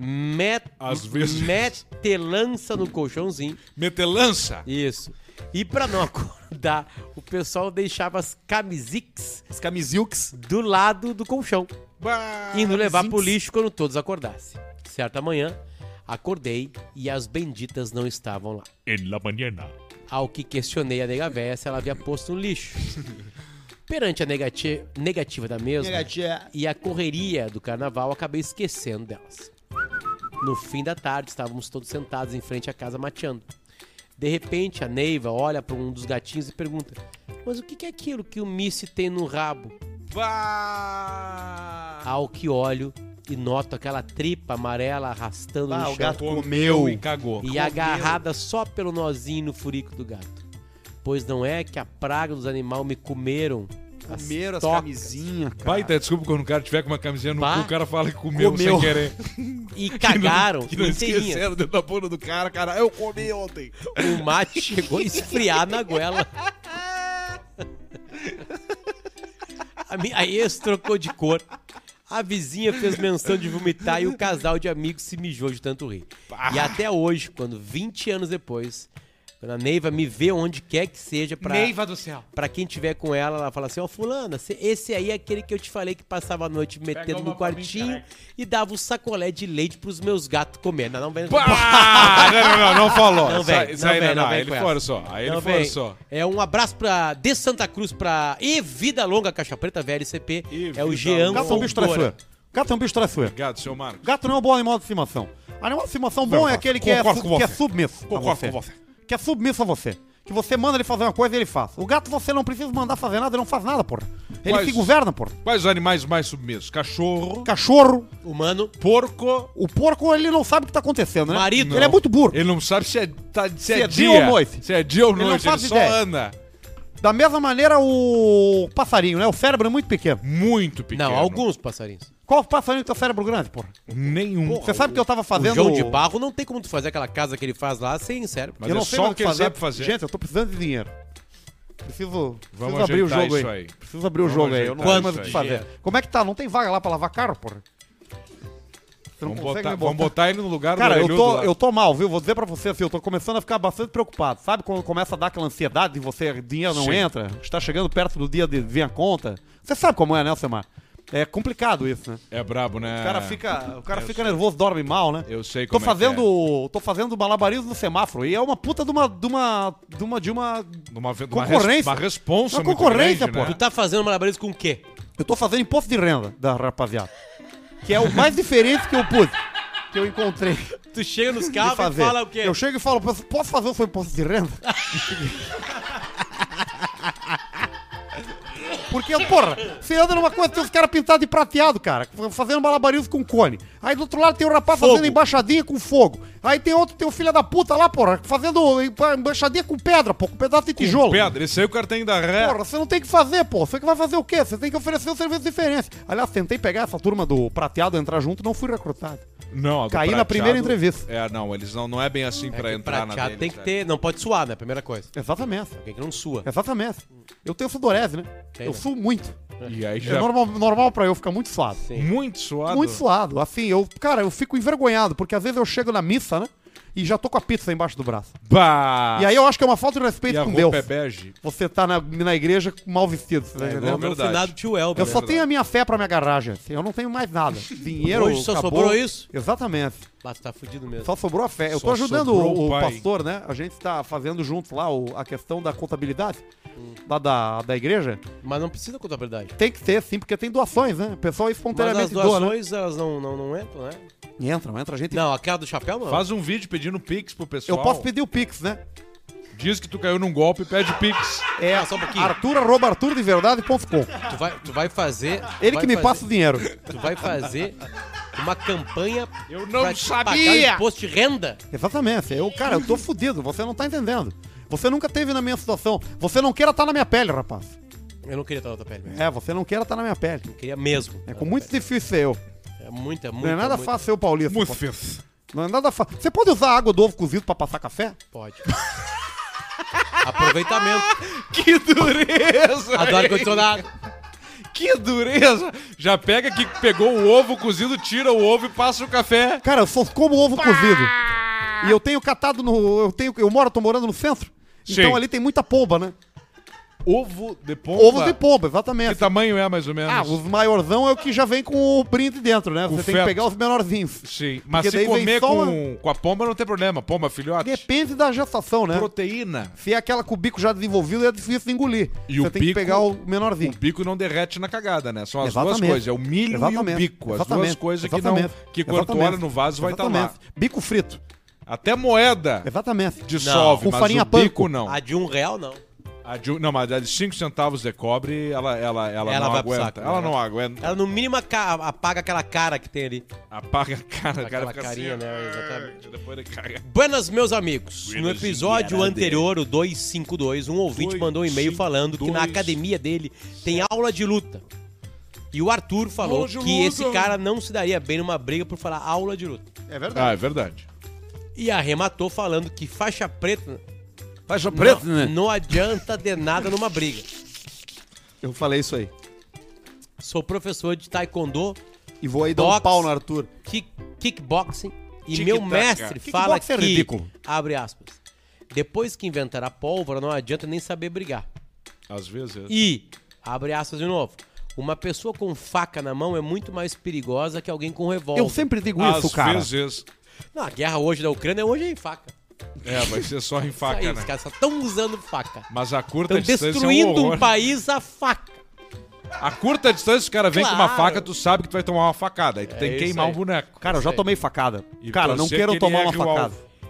Às vezes. metelança no colchãozinho. Metelança. Isso. E pra não acordar, o pessoal deixava as camiziques Os camisilks. do lado do colchão, indo levar pro lixo quando todos acordassem. Certa manhã, acordei e as benditas não estavam lá. En la mañana. Ao que questionei a nega véia se ela havia posto no lixo. Perante a negativa da mesma e a correria do carnaval, acabei esquecendo delas. No fim da tarde, estávamos todos sentados em frente à casa mateando. De repente, a Neiva olha para um dos gatinhos e pergunta: mas o que é aquilo que o Missy tem no rabo? Ao que olho e noto aquela tripa amarela arrastando no chão o gato comeu. E cagou. e agarrada só pelo nozinho no furico do gato. Pois não é que a praga dos animais me comeram Comeram as tocas camisinhas, cara. Baita desculpa quando o cara tiver com uma camisinha no Bah. cu, o cara fala que comeu Comeu. sem querer. e cagaram Que não inteirinhas. esqueceram dentro da bunda do cara, eu comi ontem. O mate chegou a esfriar na goela. A minha ex trocou de cor. A vizinha fez menção de vomitar e o casal de amigos se mijou de tanto rir. E até hoje, quando 20 anos depois, quando a Neiva me vê onde quer que seja, Neiva do céu. pra quem tiver com ela, ela fala assim: ó, fulana, esse aí é aquele que eu te falei que passava a noite metendo no quartinho e dava um sacolé de leite pros meus gatos comer. Não vem. Não falou. Não vem, Isso aí não vem ele com essa. forçou. Aí ele Não, vem. forçou. É um abraço de Santa Cruz pra E Vida Longa Caixa Preta VLCP. E É o Vida Jean Longa. Gato é um bicho Fontoura. traiçoeiro. Gato é um bicho traiçoeiro. Obrigado, seu Marcos. Gato não é um bom animal de estimação. Animal de estimação bom é aquele que é, Concordo com que é você. submisso a Concordo você. com você. Que é submisso a você. que você manda ele fazer uma coisa e ele faz. O gato você não precisa mandar fazer nada, ele não faz nada, porra. Ele Quais? se governa, porra. Quais os animais mais submissos? Cachorro, Cachorro, Humano, porco. o porco, ele não sabe o que tá acontecendo, né? Marido. Ele é muito burro. Ele não sabe se é é dia dia ou noite. Se é dia ou Ele não noite, ele faz só ideia. anda. Da mesma maneira, o passarinho, né? O cérebro é muito pequeno. Muito pequeno. não, alguns passarinhos. Qual passarinho tem o cérebro grande, porra? Nenhum. Você sabe que eu tava O fazendo... João de Barro não tem como tu fazer aquela casa que ele faz lá sem cérebro. Mas eu é não sei só mais o que ele sabe fazer. Gente, eu tô precisando de dinheiro. Preciso Vamos abrir o ajeitar jogo isso aí. aí. Preciso abrir o Vamos jogo aí. Eu não ajeitar sei mais o isso que aí. fazer. Como é que tá? Não tem vaga lá pra lavar carro, porra? Você não Vamos consegue botar, me vamos botar ele no lugar Cara, do eu orelhudo lá. tô mal, viu? Vou dizer pra você assim, eu tô começando a ficar bastante preocupado. Sabe quando começa a dar aquela ansiedade de você, dinheiro não Sim. entra? Está chegando perto do dia de vir a conta. Você sabe como é, né, Alcemar? É complicado isso, né? É brabo, né? O cara fica nervoso, dorme mal, né? Eu sei Tô como tô fazendo malabarismo no semáforo e é uma puta de uma concorrência. Uma responsa Uma muito concorrência, grande, pô. né? Tu tá fazendo malabarismo com o quê? Eu tô fazendo imposto de renda da rapaziada. Que é o mais diferente que eu pude. Que eu encontrei de Tu chega nos carros e fazer. fala o quê? Eu chego e falo, posso fazer o seu imposto de renda? Porque, porra, você anda numa coisa, tem os caras pintados de prateado, cara, fazendo malabarismo com cone. Aí do outro lado tem o rapaz Fogo. fazendo embaixadinha com fogo. Aí tem outro, tem o filho da puta lá, porra, fazendo embaixadinha com pedra, pô, com pedaço de tijolo. Pedra, esse aí o cara tem da ré. Porra, você não tem que fazer, pô. Você que vai fazer o quê? Você tem que oferecer um serviço diferente. Aliás, tentei pegar essa turma do prateado, entrar junto, não fui recrutado. Não, a do Caí na prateado- primeira entrevista. É, não, eles não é bem assim pra entrar na Prateado deles, tem que né? ter, não pode suar, né? Primeira coisa. Exatamente. Alguém que não sua. Exatamente. Eu tenho sudorese, né? Tem, Eu né? suo muito. E aí É já normal pra eu ficar muito suado. Sim. muito suado. Muito suado. Assim, eu fico envergonhado, porque às vezes eu chego na missa, né? E já tô com a pizza embaixo do braço. Bah! E aí eu acho que é uma falta de E respeito a com roupa Deus. é bege. Você tá na igreja mal vestido, você tá igual entendendo? Meu verdade. finado tio Elber. Eu né? só tenho a minha fé pra minha garagem. Assim, eu não tenho mais nada. Dinheiro. Hoje só acabou. sobrou isso? Exatamente. Ah, tu tá fudido mesmo. Só sobrou a fé. Eu Só tô ajudando sobrou o o pai. pastor, né? A gente tá fazendo juntos lá a questão da contabilidade lá da igreja. Mas não precisa contabilidade. Tem que ter, sim, porque tem doações, né? O pessoal Mas espontaneamente as doa, né? doações, elas não entram, né? Entra gente. Não, aquela do chapéu não. Faz um vídeo pedindo pix pro pessoal. Eu posso pedir o Pix, né? Diz que tu caiu num golpe e pede pix. É Ah, só um pouquinho. artur@arturdeverdade.com. Tu vai fazer... Ele vai que me fazer- passa o dinheiro. Tu vai fazer uma campanha Eu não pra te pagar sabia! imposto de renda. Exatamente. Cara, eu tô fudido. Você não tá entendendo. Você nunca teve na minha situação. Você não queira estar na minha pele, rapaz. Eu não queria estar na outra pele mesmo. É, você não queira estar na minha pele. Eu queria mesmo. É com muito difícil ser eu. É muito. Não é nada fácil ser o paulista. Muito pô. fez. Não é nada fácil. Você pode usar água do ovo cozido pra passar café? Pode. Aproveitamento. Que dureza! Adoro ar-condicionado. Que dureza! Já pega que pegou o ovo cozido, tira o ovo e passa o café. Cara, eu só como ovo cozido. E eu tenho catado no. Tô morando no centro. Então Sim. ali tem muita pomba, né? Ovo de pomba? Ovos de pomba, Que exatamente. tamanho é, mais ou menos? Ah, os maiorzão é o que já vem com o brinde dentro, né? Você tem feto. que pegar os menorzinhos. Sim, mas Porque se daí vem comer só com a pomba não tem problema. Pomba, filhote. Depende da gestação, né? Proteína. Se é aquela com o bico já desenvolvido, é difícil de engolir. E Você o tem que bico- pegar o O menorzinho. bico não derrete na cagada, né? São as duas Exatamente. coisas. É o milho e o Exatamente. bico. As duas Exatamente. coisas Exatamente. que quando tu olha Exatamente. no vaso vai estar lá. Exatamente. Bico frito. Até moeda Exatamente. dissolve, Com mas farinha o bico panko. não. A de R$1, não. Não, mas a de 5 centavos de cobre, ela não vai pro aguenta. saco, Ela né? não aguenta. Ela no mínimo apaga aquela cara que tem ali. Apaga a cara, o cara Aquela fica carinha, assim, né? Exatamente. Depois ele caga. Buenas, meus amigos. No episódio anterior, o 252, um ouvinte mandou um e-mail 252. falando que na academia dele tem aula de luta. E o Arthur falou Aula de que luta. esse cara não se daria bem numa briga por falar aula de luta. É verdade. Ah, é verdade. E arrematou falando que faixa preta Faixa não adianta de nada numa briga. Eu falei isso aí. Sou professor de taekwondo, E vou aí dar um Boxe. pau no Arthur. kickboxing e Tic-tac. meu mestre fala Kickboxing é que, ridículo. abre aspas, depois que inventaram a pólvora não adianta nem saber brigar. Às vezes. E, abre aspas de novo, uma pessoa com faca na mão é muito mais perigosa que alguém com revólver. Eu sempre digo Às isso, cara. vezes. Não, a guerra hoje da Ucrânia hoje é em faca. É, vai ser só em faca, Aí, né? os caras só estão usando faca. Mas a curta Estão distância é um destruindo horror. um país a faca. A curta distância, o cara vem com uma Claro. faca, tu sabe que tu vai tomar uma facada. Aí tu tem que isso queimar aí. um boneco. Cara, eu já Sei. tomei facada. E Cara, não torcer queiram que tomar ele uma erre o facada. alvo.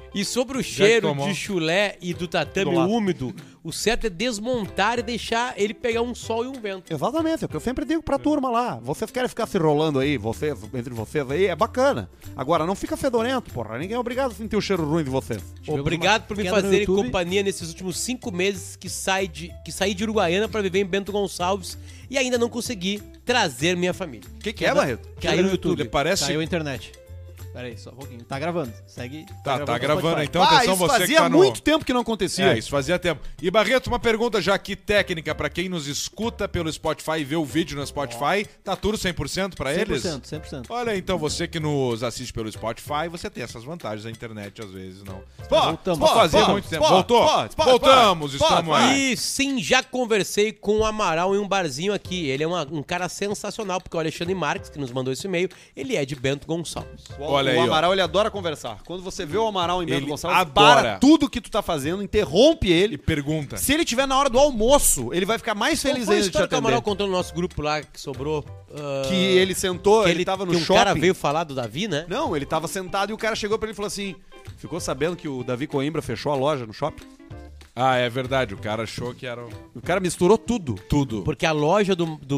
E sobre o cheiro tomou. de chulé e do tatame Do lado. úmido, o certo é desmontar e deixar ele pegar um sol e um vento. Exatamente, é o que eu sempre digo pra turma lá. Vocês querem ficar se rolando aí, entre vocês aí, é bacana. Agora, não fica fedorento, porra. Ninguém é obrigado a sentir o cheiro ruim de vocês. Obrigado por me queda no fazerem YouTube. companhia nesses últimos 5 meses que saí de Uruguaiana pra viver em Bento Gonçalves e ainda não consegui trazer minha família. O que é, Barreto? Caiu no YouTube. Ele parece... Caiu a internet. Pera aí, só um pouquinho. Tá gravando. Segue. Tá no gravando. Spotify. Então, atenção, isso você que fazia tá no... muito tempo que não acontecia. É, isso fazia tempo. E Barreto, uma pergunta já aqui técnica pra quem nos escuta pelo Spotify e vê o vídeo no Spotify. Tá tudo 100% pra eles? 100%. Olha, então você que nos assiste pelo Spotify, você tem essas vantagens. A internet às vezes não. Voltamos. Fazia muito tempo. Voltou? Voltamos, estamos aí. E sim, já conversei com o Amaral em um barzinho aqui. Ele é um cara sensacional, porque o Alexandre Marques, que nos mandou esse e-mail, ele é de Bento Gonçalves. Olha aí, O ó. Amaral, ele adora conversar. Quando você vê o Amaral em Bento Ele Gonçalves, adora. para tudo que tu tá fazendo, interrompe E ele. pergunta. Se ele tiver na hora do almoço, ele vai ficar mais Qual feliz foi a ainda de te história que o Amaral atender. contou no nosso grupo lá, que sobrou? Que ele sentou, que ele tava no que um shopping. cara veio falar do Davi, né? Não, ele tava sentado e o cara chegou pra ele e falou assim: ficou sabendo que o Davi Coimbra fechou a loja no shopping? Ah, é verdade. O cara achou que era O cara misturou tudo. tudo. Porque a loja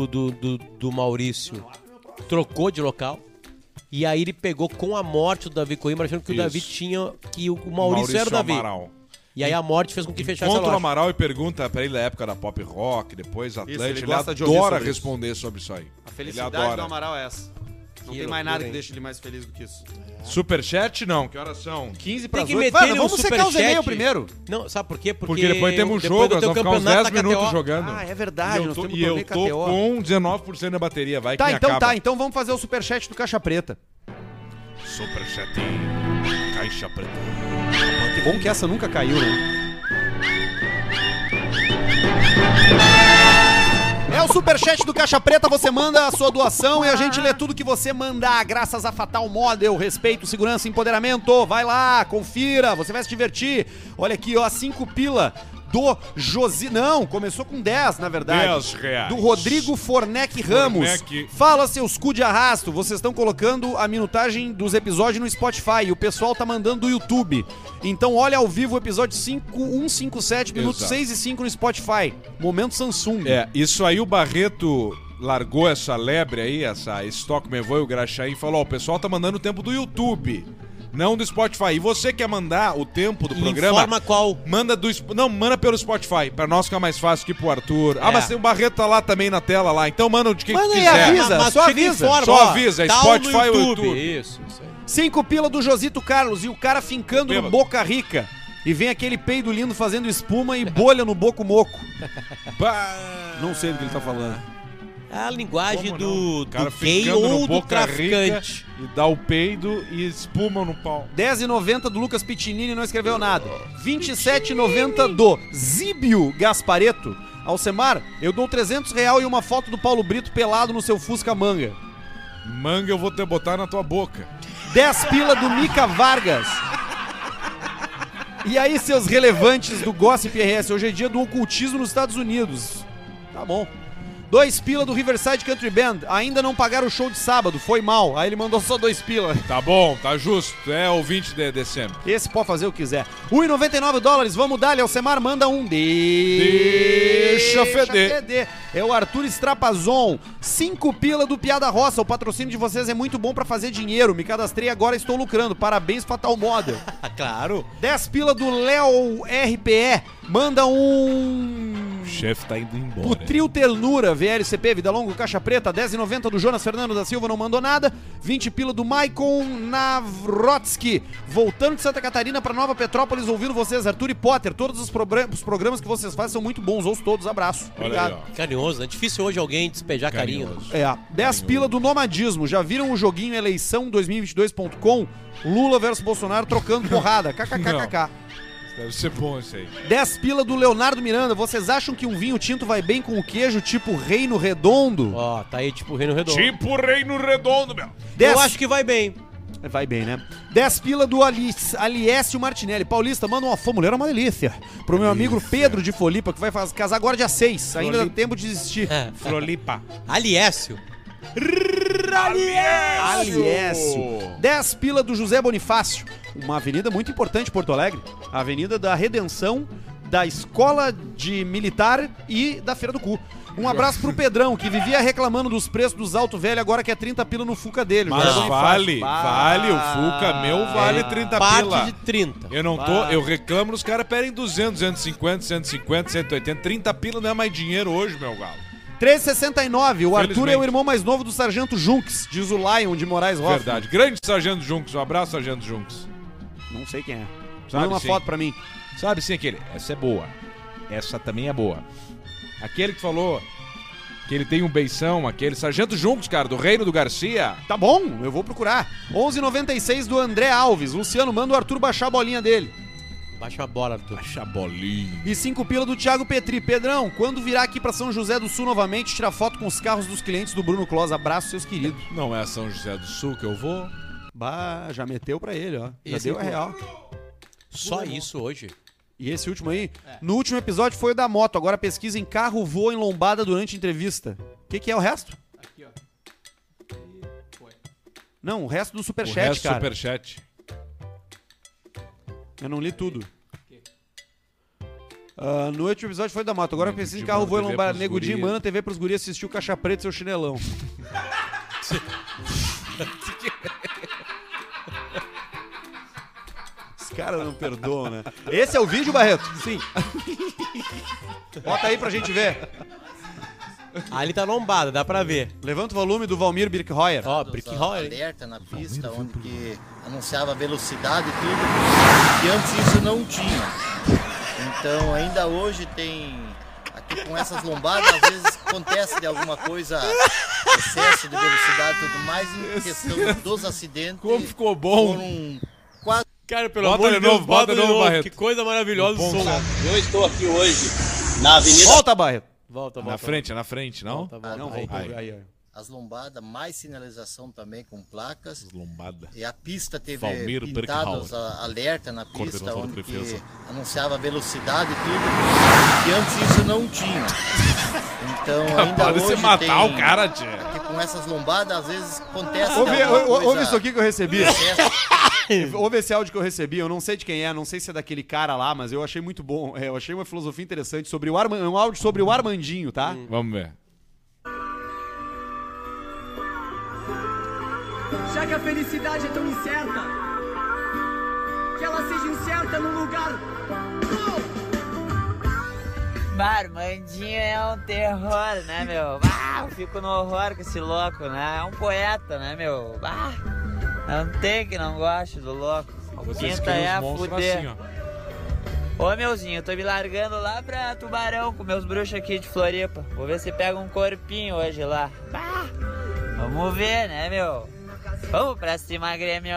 do Maurício trocou de local. E aí ele pegou com a morte do Davi Coimbra, achando que Isso. o Davi tinha. Que o Maurício era o Davi. Amaral. E aí a morte fez com que fechasse a Encontra o loja. Amaral e pergunta pra ele da época da pop rock, depois Atlântico. ele Ele, gosta de ouvir adora sobre isso. responder sobre isso aí. A Ele felicidade adora. do Amaral é essa. Não Que tem mais loucura, nada que hein? deixe ele mais feliz do que isso. Superchat não, que horas são? 15 Tem para que 8. meter Mano, ele um vamos secar os superchat. e-mails primeiro. Não, sabe por quê? Porque depois temos um depois jogo, do nós teu vamos ficar uns campeonato 10 na minutos KTO. jogando. Ah, é E verdade. eu nós tô, temos e eu torneio tô KTO. com 19% da bateria, vai Tá, que então acaba. tá. Então vamos fazer o superchat do Caixa Preta. Superchat. Caixa preta. Que bom que essa nunca caiu, né? É o superchat do Caixa Preta, você manda a sua doação e a gente lê tudo que você mandar, graças a Fatal Model, respeito, segurança e empoderamento. Vai lá, confira, você vai se divertir. Olha aqui, ó, 5 pila do Josi... Não, começou com 10, na verdade. 10 reais. Do Rodrigo Fornec Ramos. Fornec. Fala, seus cu de arrasto. Vocês estão colocando a minutagem dos episódios no Spotify e o pessoal tá mandando do YouTube. Então olha ao vivo o episódio 157, minutos Exato. 6 e 5 no Spotify. Momento Samsung. É, isso aí o Barreto largou essa lebre aí, essa Stock Me Voe, o Graxaí, e falou, ó, o pessoal tá mandando o tempo do YouTube, não do Spotify. E você quer mandar o tempo do E programa? informa qual. Manda manda pelo Spotify, pra nós ficar mais fácil que pro Arthur. Ah, É. mas tem o Barreto tá lá também na tela lá, então manda de quem Manda tu aí, quiser. avisa. só chega e avisa. informa, Só ó, avisa, tal Spotify no ou YouTube. Isso aí. 5 pila do Josito Carlos e o cara fincando no Bêbado. Boca Rica. E vem aquele peido lindo fazendo espuma e bolha no boco moco. Bah. Não sei do que ele tá falando. É a linguagem Como do, não? O cara do gay ficando no ou do Boca traficante. Rica e dá o peido e espuma no pau. 10,90 do Lucas Pitinini, não escreveu nada. 27,90 do Zíbio Gaspareto. Alcemar, eu dou R$300 e uma foto do Paulo Brito pelado no seu Fusca Manga. Manga eu vou te botar na tua boca. 10 pila do Mica Vargas. E aí, seus relevantes do Gossip RS, hoje é dia do ocultismo nos Estados Unidos. Tá bom. 2 pila do Riverside Country Band. Ainda não pagaram o show de sábado, foi mal. Aí ele mandou só 2 pila. Tá bom, tá justo. É ouvinte de dezembro. Esse pode fazer o que quiser. $1,99, vamos dar-lhe. Alcemar manda um. Deixa feder. É o Arthur Strapazon. 5 pila do Piada Roça. O patrocínio de vocês é muito bom pra fazer dinheiro. Me cadastrei agora, estou lucrando. Parabéns, Fatal Model. Ah, claro. 10 pila do Léo RPE. Manda um. O chefe tá indo embora. O Trio Ternura, VLCP, Vida Longa, Caixa Preta, 10,90 do Jonas Fernando da Silva, não mandou nada. 20 pila do Maicon Navrotsky. Voltando de Santa Catarina pra Nova Petrópolis, ouvindo vocês, Arthur e Potter. Todos os programas que vocês fazem são muito bons, ouço todos, abraço. Olha Obrigado. aí, ó. Carinhoso, né? Difícil hoje alguém despejar carinho. Carinhoso. É, 10 pila do Nomadismo. Já viram o joguinho eleição 2022.com? Lula versus Bolsonaro trocando porrada. KKKKK. Deve ser bom isso aí. 10 pila do Leonardo Miranda. Vocês acham que um vinho tinto vai bem com o queijo tipo Reino Redondo? Ó, tá aí tipo Reino Redondo. Tipo Reino Redondo, meu. 10 Eu acho que vai bem. Vai bem, né? 10 pila do Aliécio Martinelli. Paulista, manda uma fã, mulher é uma delícia. Pro meu amigo Pedro de Folipa, que vai casar agora dia 6. Ainda dá tempo de desistir. Floripa. Aliécio. Aliécio. 10 pila do José Bonifácio. uma avenida muito importante em Porto Alegre. A Avenida da Redenção, da Escola de Militar e da Feira do Cu. Um abraço pro Pedrão, que vivia reclamando dos preços dos Alto Velho, agora quer 30 pila no Fuca dele. Mas Jogador vale, fácil. vale, o Fuca meu vale 30 Parte pila. de 30. Eu não tô, eu reclamo, os caras pedem 200, 250, 150, 180, 30 pila não é mais dinheiro hoje, meu galo. 3,69. O Arthur é o Felizmente. irmão mais novo do Sargento Junks, diz o Lion de Moraes Hoffman. Verdade. Grande Sargento Junks, um abraço, Sargento Junks. Não sei quem é. Sabe Manda uma sim. foto pra mim. Sabe sim aquele? Essa é boa. Essa também é boa. Aquele que falou que ele tem um beição, aquele Sargento Junks, cara, do Reino do Garcia. Tá bom, eu vou procurar. 11,96 do André Alves. Luciano, manda o Arthur baixar a bolinha dele. Baixa a bola, Arthur. Baixa a bolinha. E 5 pila do Thiago Petri. Pedrão, quando virar aqui pra São José do Sul novamente, tirar foto com os carros dos clientes do Bruno Clós. Abraço, seus queridos. Não é São José do Sul que eu vou? Bah, já meteu pra ele, ó. Já Esse deu a aí, real. Só isso hoje? E esse último aí? No último episódio foi o da moto. Agora pesquisa em carro voa em lombada durante entrevista. O que é o resto? Aqui, ó. Não, o resto do O superchat, resto cara. superchat. Eu não li tudo. No último episódio foi da moto. Agora Nego pesquisa em de carro Mano voa em TV lombada. pros Nego de guri. Mano TV pros guri assistiu Caixa Preta e seu chinelão. Os caras não perdoam, né? Esse é o vídeo, Barreto? Sim. Bota aí pra gente ver. Ali tá lombada, dá pra ver. Levanta o volume do Valmir Birkhoyer. Ó, Brick Roy. Alerta na pista, onde anunciava velocidade e tudo, e antes isso não tinha. Então ainda hoje tem, aqui com essas lombadas, às vezes acontece de alguma coisa, excesso de velocidade e tudo mais, em questão dos acidentes. Como ficou bom. Foram quase. Cara, pelo Bota amor de de Deus, novo, bota de novo, Barreto. Que coisa maravilhosa o som. Eu estou aqui hoje na Avenida Volta, Barreto. Volta, Na frente, é na frente, não? Volta, volta. Não, Aí. voltou. Aí, aí. As lombadas, mais sinalização também com placas. Lombada. E a pista teve Valmir pintados Birkhoff, alerta na pista, coordenador de onde defesa. anunciava velocidade e tudo, e antes isso não tinha. Então ainda Pode hoje se matar tem, o cara, tia. aqui com essas lombadas, às vezes acontece Ouve, de alguma ouve coisa- isso aqui que eu recebi. excesso. Ouve esse áudio que eu recebi, eu não sei de quem é, não sei se é daquele cara lá, mas eu achei muito bom. Eu achei uma filosofia interessante sobre o um áudio sobre o Armandinho, tá? Vamos ver. Já que a felicidade é tão incerta, que ela seja incerta num lugar. Armandinho é um terror, né, meu? Eu fico no horror com esse louco, né? É um poeta, né, meu? Não tem que não goste do louco. Vocês Pinta é criam a os monstros fuder. assim, ó. Ô, meuzinho, eu tô me largando lá pra Tubarão com meus bruxos aqui de Floripa. Vou ver se pega um corpinho hoje lá. Vamos ver, né, meu? Vamos pra cima, Grêmio!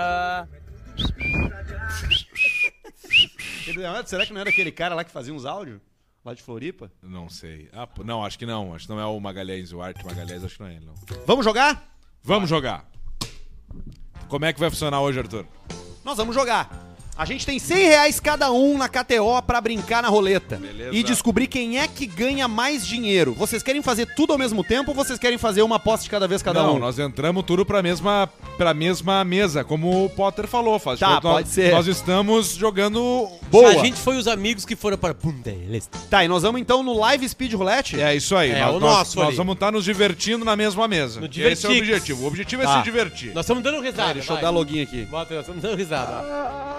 Será que não era aquele cara lá que fazia uns áudios? Lá de Floripa? Não sei. Ah, não, acho que não. Acho que não é o Magalhães, o Arte Magalhães, acho que não é ele, não. Vamos jogar? Vamos jogar. Como é que vai funcionar hoje, Arthur? Nós vamos jogar. A gente tem R$100 cada um na KTO pra brincar na roleta. Beleza. E descobrir quem é que ganha mais dinheiro. Vocês querem fazer tudo ao mesmo tempo ou vocês querem fazer uma aposta de cada vez cada Não, um? nós entramos tudo pra mesma mesa, como o Potter falou. Tá, nós, pode ser. Nós estamos jogando... Boa. A gente foi os amigos que foram para Punta del Este. Tá, e nós vamos então no Live Speed Roulette? É isso aí. É, nós, o nosso nós ali. vamos estar nos divertindo na mesma mesa. No Esse é o Divertix. objetivo. O objetivo é Tá. se divertir. Nós estamos dando risada. Deixa eu vai. dar login aqui. Bota, nós estamos dando risada.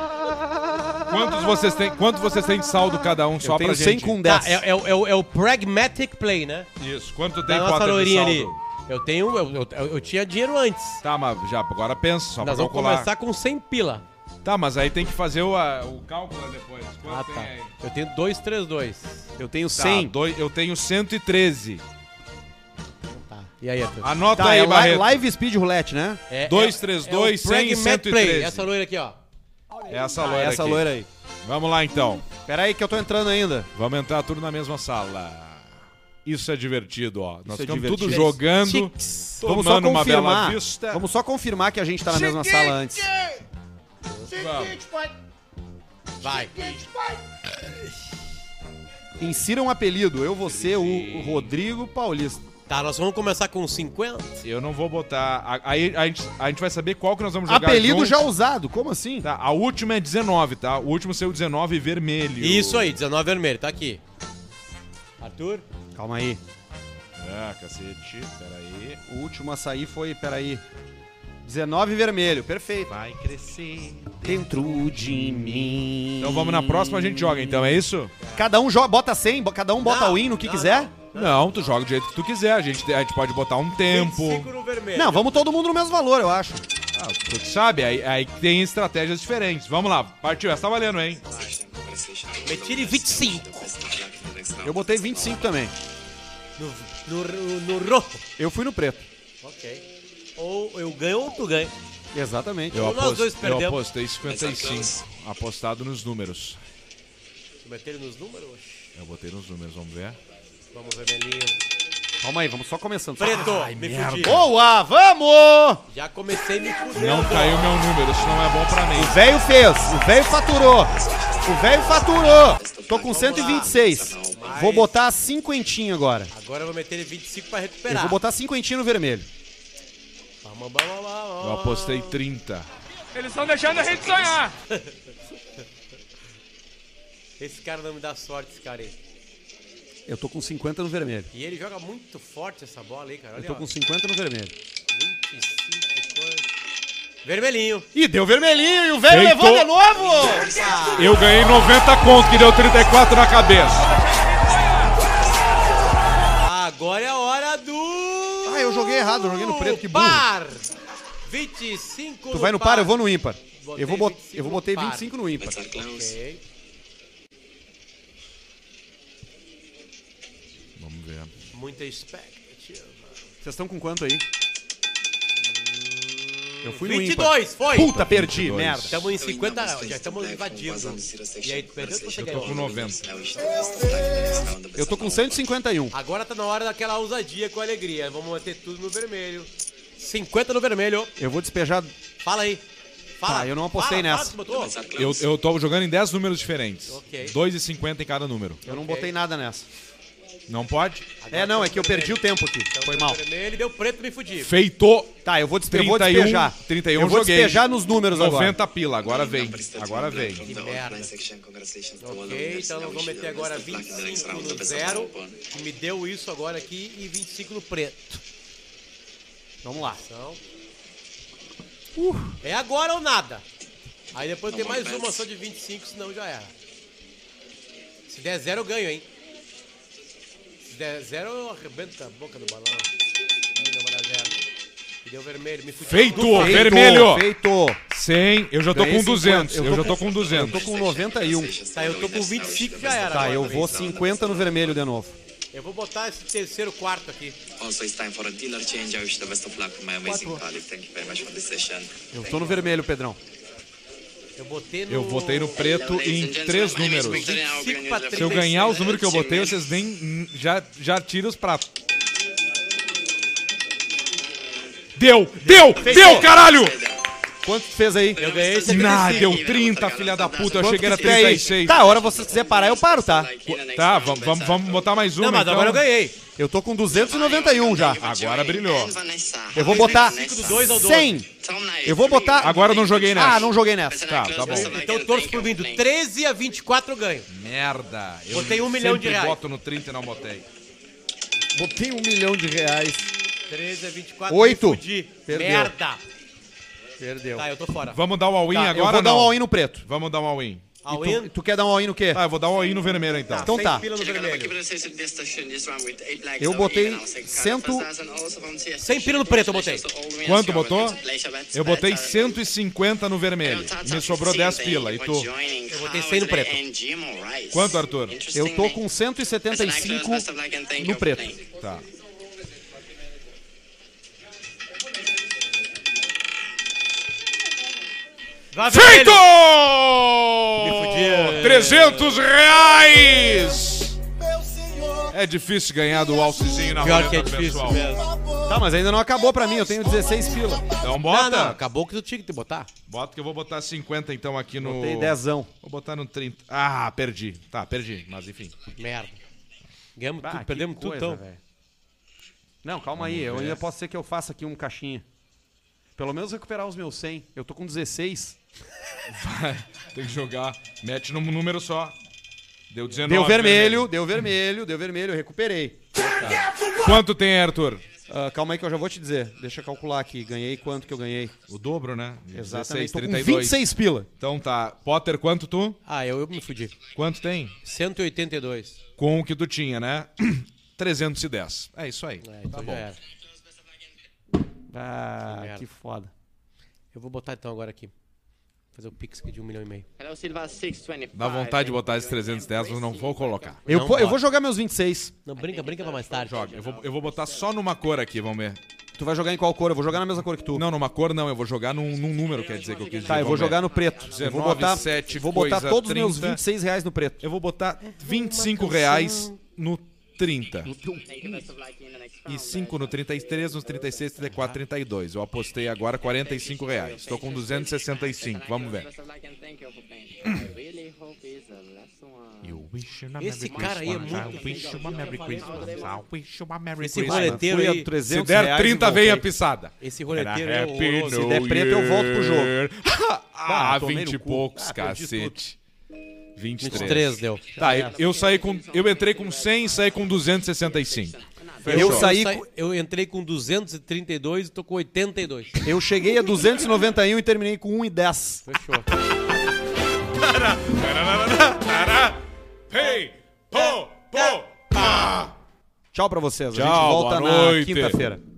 Quantos vocês têm de saldo cada um, só Eu tenho pra 100 gente? com 10. Tá, é o Pragmatic Play, né? Isso. Quanto tem, Da nossa Potter, de loirinha saldo? ali. Eu tenho. Eu tinha dinheiro antes. Tá, mas já, agora pensa, só Nós pra vamos calcular. começar com 100 pila. Tá, mas aí tem que fazer o cálculo depois. Quanto tem aí? Eu tenho 232. Eu tenho Tá, 100. eu tenho 113. Tá. E aí, Arthur? Anota Tá, aí, é Barreto. Live Speed Roulette, né? 232, 100 e Pragmatic Play. 113. Essa loira aqui, ó. Essa Ah, loira essa aqui. loira aí. Vamos lá, então. Pera aí que eu tô entrando ainda. Vamos entrar tudo na mesma sala. Isso é divertido, ó. Nós é ficamos divertido. tudo jogando, Chicks. Vamos só tomando uma bela confirmar. vista. Vamos só confirmar que a gente tá na mesma sala antes. Vai. Insira um apelido. Eu vou ser o Rodrigo Paulista. Tá, nós vamos começar com 50. Eu não vou botar... Aí a gente vai saber qual que nós vamos jogar Apelido junto. já usado, como assim? Tá, a última é 19, tá? O último saiu 19 vermelho. Isso aí, 19 vermelho, tá aqui. Arthur? Calma aí. Ah, cacete, peraí. O último a sair foi, peraí. 19 vermelho, perfeito. Vai crescer. Dentro de mim. Então vamos na próxima, a gente joga, então, é isso? Cada um bota 100, cada um bota o hino no que quiser. Não, tu joga do jeito que tu quiser. A gente pode botar um tempo. 25 no vermelho. Não, vamos todo mundo no mesmo valor, eu acho. Ah, tu que sabe, aí tem estratégias diferentes. Vamos lá, partiu. Essa tá valendo, hein? Me tire 25. Eu botei 25 também. No rojo. Eu fui no preto. Ok. Ou eu ganho ou tu ganha. Exatamente. Eu Nós dois perdemos. apostei 55. Apostado nos números. Tu meter nos números? Eu botei nos números, vamos ver. Vamos, vermelhinho. Calma aí, vamos só começando. Preto, Ai, me merda. fudi. Boa, vamos! Já comecei me fudendo. Não caiu meu número, isso não é bom pra mim. O velho fez, o velho faturou. O velho faturou. Tô com 126. Vou botar 50 agora. Agora eu vou meter ele 25 pra Eu recuperar. vou botar 50 no vermelho. Vamos. Eu apostei 30. Eles estão deixando a gente sonhar. Esse cara não me dá sorte, esse cara aí. Eu tô com 50 no vermelho. E ele joga muito forte essa bola aí, cara. Olha, Eu tô ó. com 50 no vermelho. 25 coisa. Vermelhinho. Ih, deu vermelhinho e o velho Feito. levou de novo! Eu ganhei 90 conto, que deu 34 na cabeça. Agora é a hora do... Ah, eu joguei errado, eu joguei no preto, que burro. Par. 25 Tu vai no par, eu vou no ímpar. Botei Eu vou 25 botar no par. 25 no ímpar. Ok. Vamos ver. Muita expectativa. Vocês estão com quanto aí? Eu fui no 22, ímpar. foi. Puta, perdi, 22. merda. Estamos em 50, já estamos invadindo. E aí, tu perdeu ou você Eu tô ganhou? com 90. Eu tô com 151. Agora tá na hora daquela ousadia com alegria. Vamos manter tudo no vermelho. 50 no vermelho. Eu vou despejar. Fala aí. Fala. Tá, eu não apostei nessa. Fala, botou. Eu tô jogando em 10 números diferentes. Ok. 2,50 em cada número. Eu não botei nada nessa. Não pode? Não, é que eu perdi o tempo aqui. Foi mal. Vermelho, deu preto, me fudi. Feito. Tá, eu vou 31, despejar. 31 eu vou joguei. despejar nos números 90 agora. pila, agora vem. Agora vem. Que merda. Ok, então nós vamos meter agora 25 no zero. Que me deu isso agora aqui. E 25 no preto. Vamos lá. Então, é agora ou nada. Aí depois tem mais uma só de 25, senão já era. Se der zero, eu ganho, hein? Se der zero, eu arrebento a boca do balão. Ih, não vai dar zero. Me deu vermelho, me fudi. Feito, vermelho. Feito. 100, eu já tô Ganhei com 200. 50. Eu já tô com Eu 200. tô com 91. Tá, eu tô com 25, já era. Tá, agora eu também. vou 50 no vermelho de novo. Eu vou botar esse terceiro, quarto aqui. Eu tô no vermelho, Pedrão. Eu botei no... Eu botei no preto em 3 números. 25 pra 36. Se eu ganhar os números que eu botei, vocês nem já tiram os pratos. Deu, caralho! Quanto tu fez aí? Eu ganhei 75. Nah, deu 30, filha da puta. Eu Quanto cheguei na que tu tem aí? 36. Tá, a hora você quiser parar, eu paro, tá? Tá, vamos botar mais uma, Não, mas então. agora eu ganhei. Eu tô com 291 já. Agora brilhou. Eu vou botar 2 ao 100. Eu vou botar... Agora eu não joguei nessa. Ah, não joguei nessa. Tá, tá bom. Então eu torço por mim. Do 13 a 24 eu ganho. Merda. Eu Botei 1 milhão de sempre reais. boto no 30 e não botei. Botei R$1 milhão. 13 a 24 8. me fudi. Perdeu. Merda. Perdeu. Tá, eu tô fora. Vamos dar um all-in Tá, agora eu vou dar não? um all-in no preto. Vamos dar um all-in. All E in? tu quer dar um all-in no quê? Tá, eu vou dar um all-in no vermelho então. Então tá. 100 pila no vermelho. Eu botei 100... 100 pila no preto eu botei. Quanto botou? Eu botei 150 no vermelho. Me sobrou 10 pila. E tu? Eu botei 100 no preto. Quanto, Arthur? Eu tô com 175 no preto. Tá. Vai, Feito! vermelho. Me fudi. 300 reais! É difícil ganhar do alcezinho na Pior roleta que é do difícil pessoal. mesmo. Tá, mas ainda não acabou pra mim, eu tenho 16 pila. Então bota. Não, acabou que tu tinha que botar. Bota que eu vou botar 50 então aqui no... Botei 10. Vou botar no 30. Ah, perdi. Tá, perdi. Mas enfim. Merda. Ganhamos Ah, tudo, que perdemos tudo coisa, então. velho. Não, calma aí. Eu ainda posso ser que eu faça aqui um caixinha. Pelo menos recuperar os meus 100. Eu tô com 16. Vai, tem que jogar. Mete num número só. Deu 19. Deu vermelho, eu recuperei. Quanto tem, Arthur? Calma aí que eu já vou te dizer. Deixa eu calcular aqui. Ganhei quanto que eu ganhei? O dobro, né? Exatamente. 16, Tô com 32. 26 pila. Então tá. Potter, quanto tu? Eu me fudi. Quanto tem? 182. Com o que tu tinha, né? 310. É isso aí. Então tá bom. já era. Ah, que foda. Eu vou botar então agora aqui. Fazer o pix aqui de 1,5 milhão. Dá vontade de botar esses 310, mas não vou colocar. Eu vou jogar meus 26. Não, brinca pra mais tarde. Joga. Eu vou botar só numa cor aqui, vamos ver. Tu vai jogar em qual cor? Eu vou jogar na mesma cor que tu. Não, numa cor não. Eu vou jogar num número, quer dizer que eu quis dizer. Tá, eu vou jogar no preto. 19, Eu vou botar, 7, vou botar coisa, todos os 30. meus 26 reais no preto. Eu vou botar 25 reais no 30. E 5 no 33, nos 36, 34, 32. Eu apostei agora 45 reais. Estou com 265. Vamos ver. Esse cara aí é muito... Esse roleteiro Fui a aí... 300 Se der reais 30, e vem a voltei. pisada. Esse roleteiro é Happy horroroso. Se der preto, eu volto pro jogo. Ah, tomei 20 no e cu. poucos, Perdi cacete. 23. 23 deu. Tá, eu entrei com 100 e saí com 265. Eu entrei com 232 e tô com 82. Eu cheguei a 291 e terminei com 1,10. Fechou. Hey, po, po, pá. Tchau pra vocês. A gente Tchau, volta boa na noite. quinta-feira.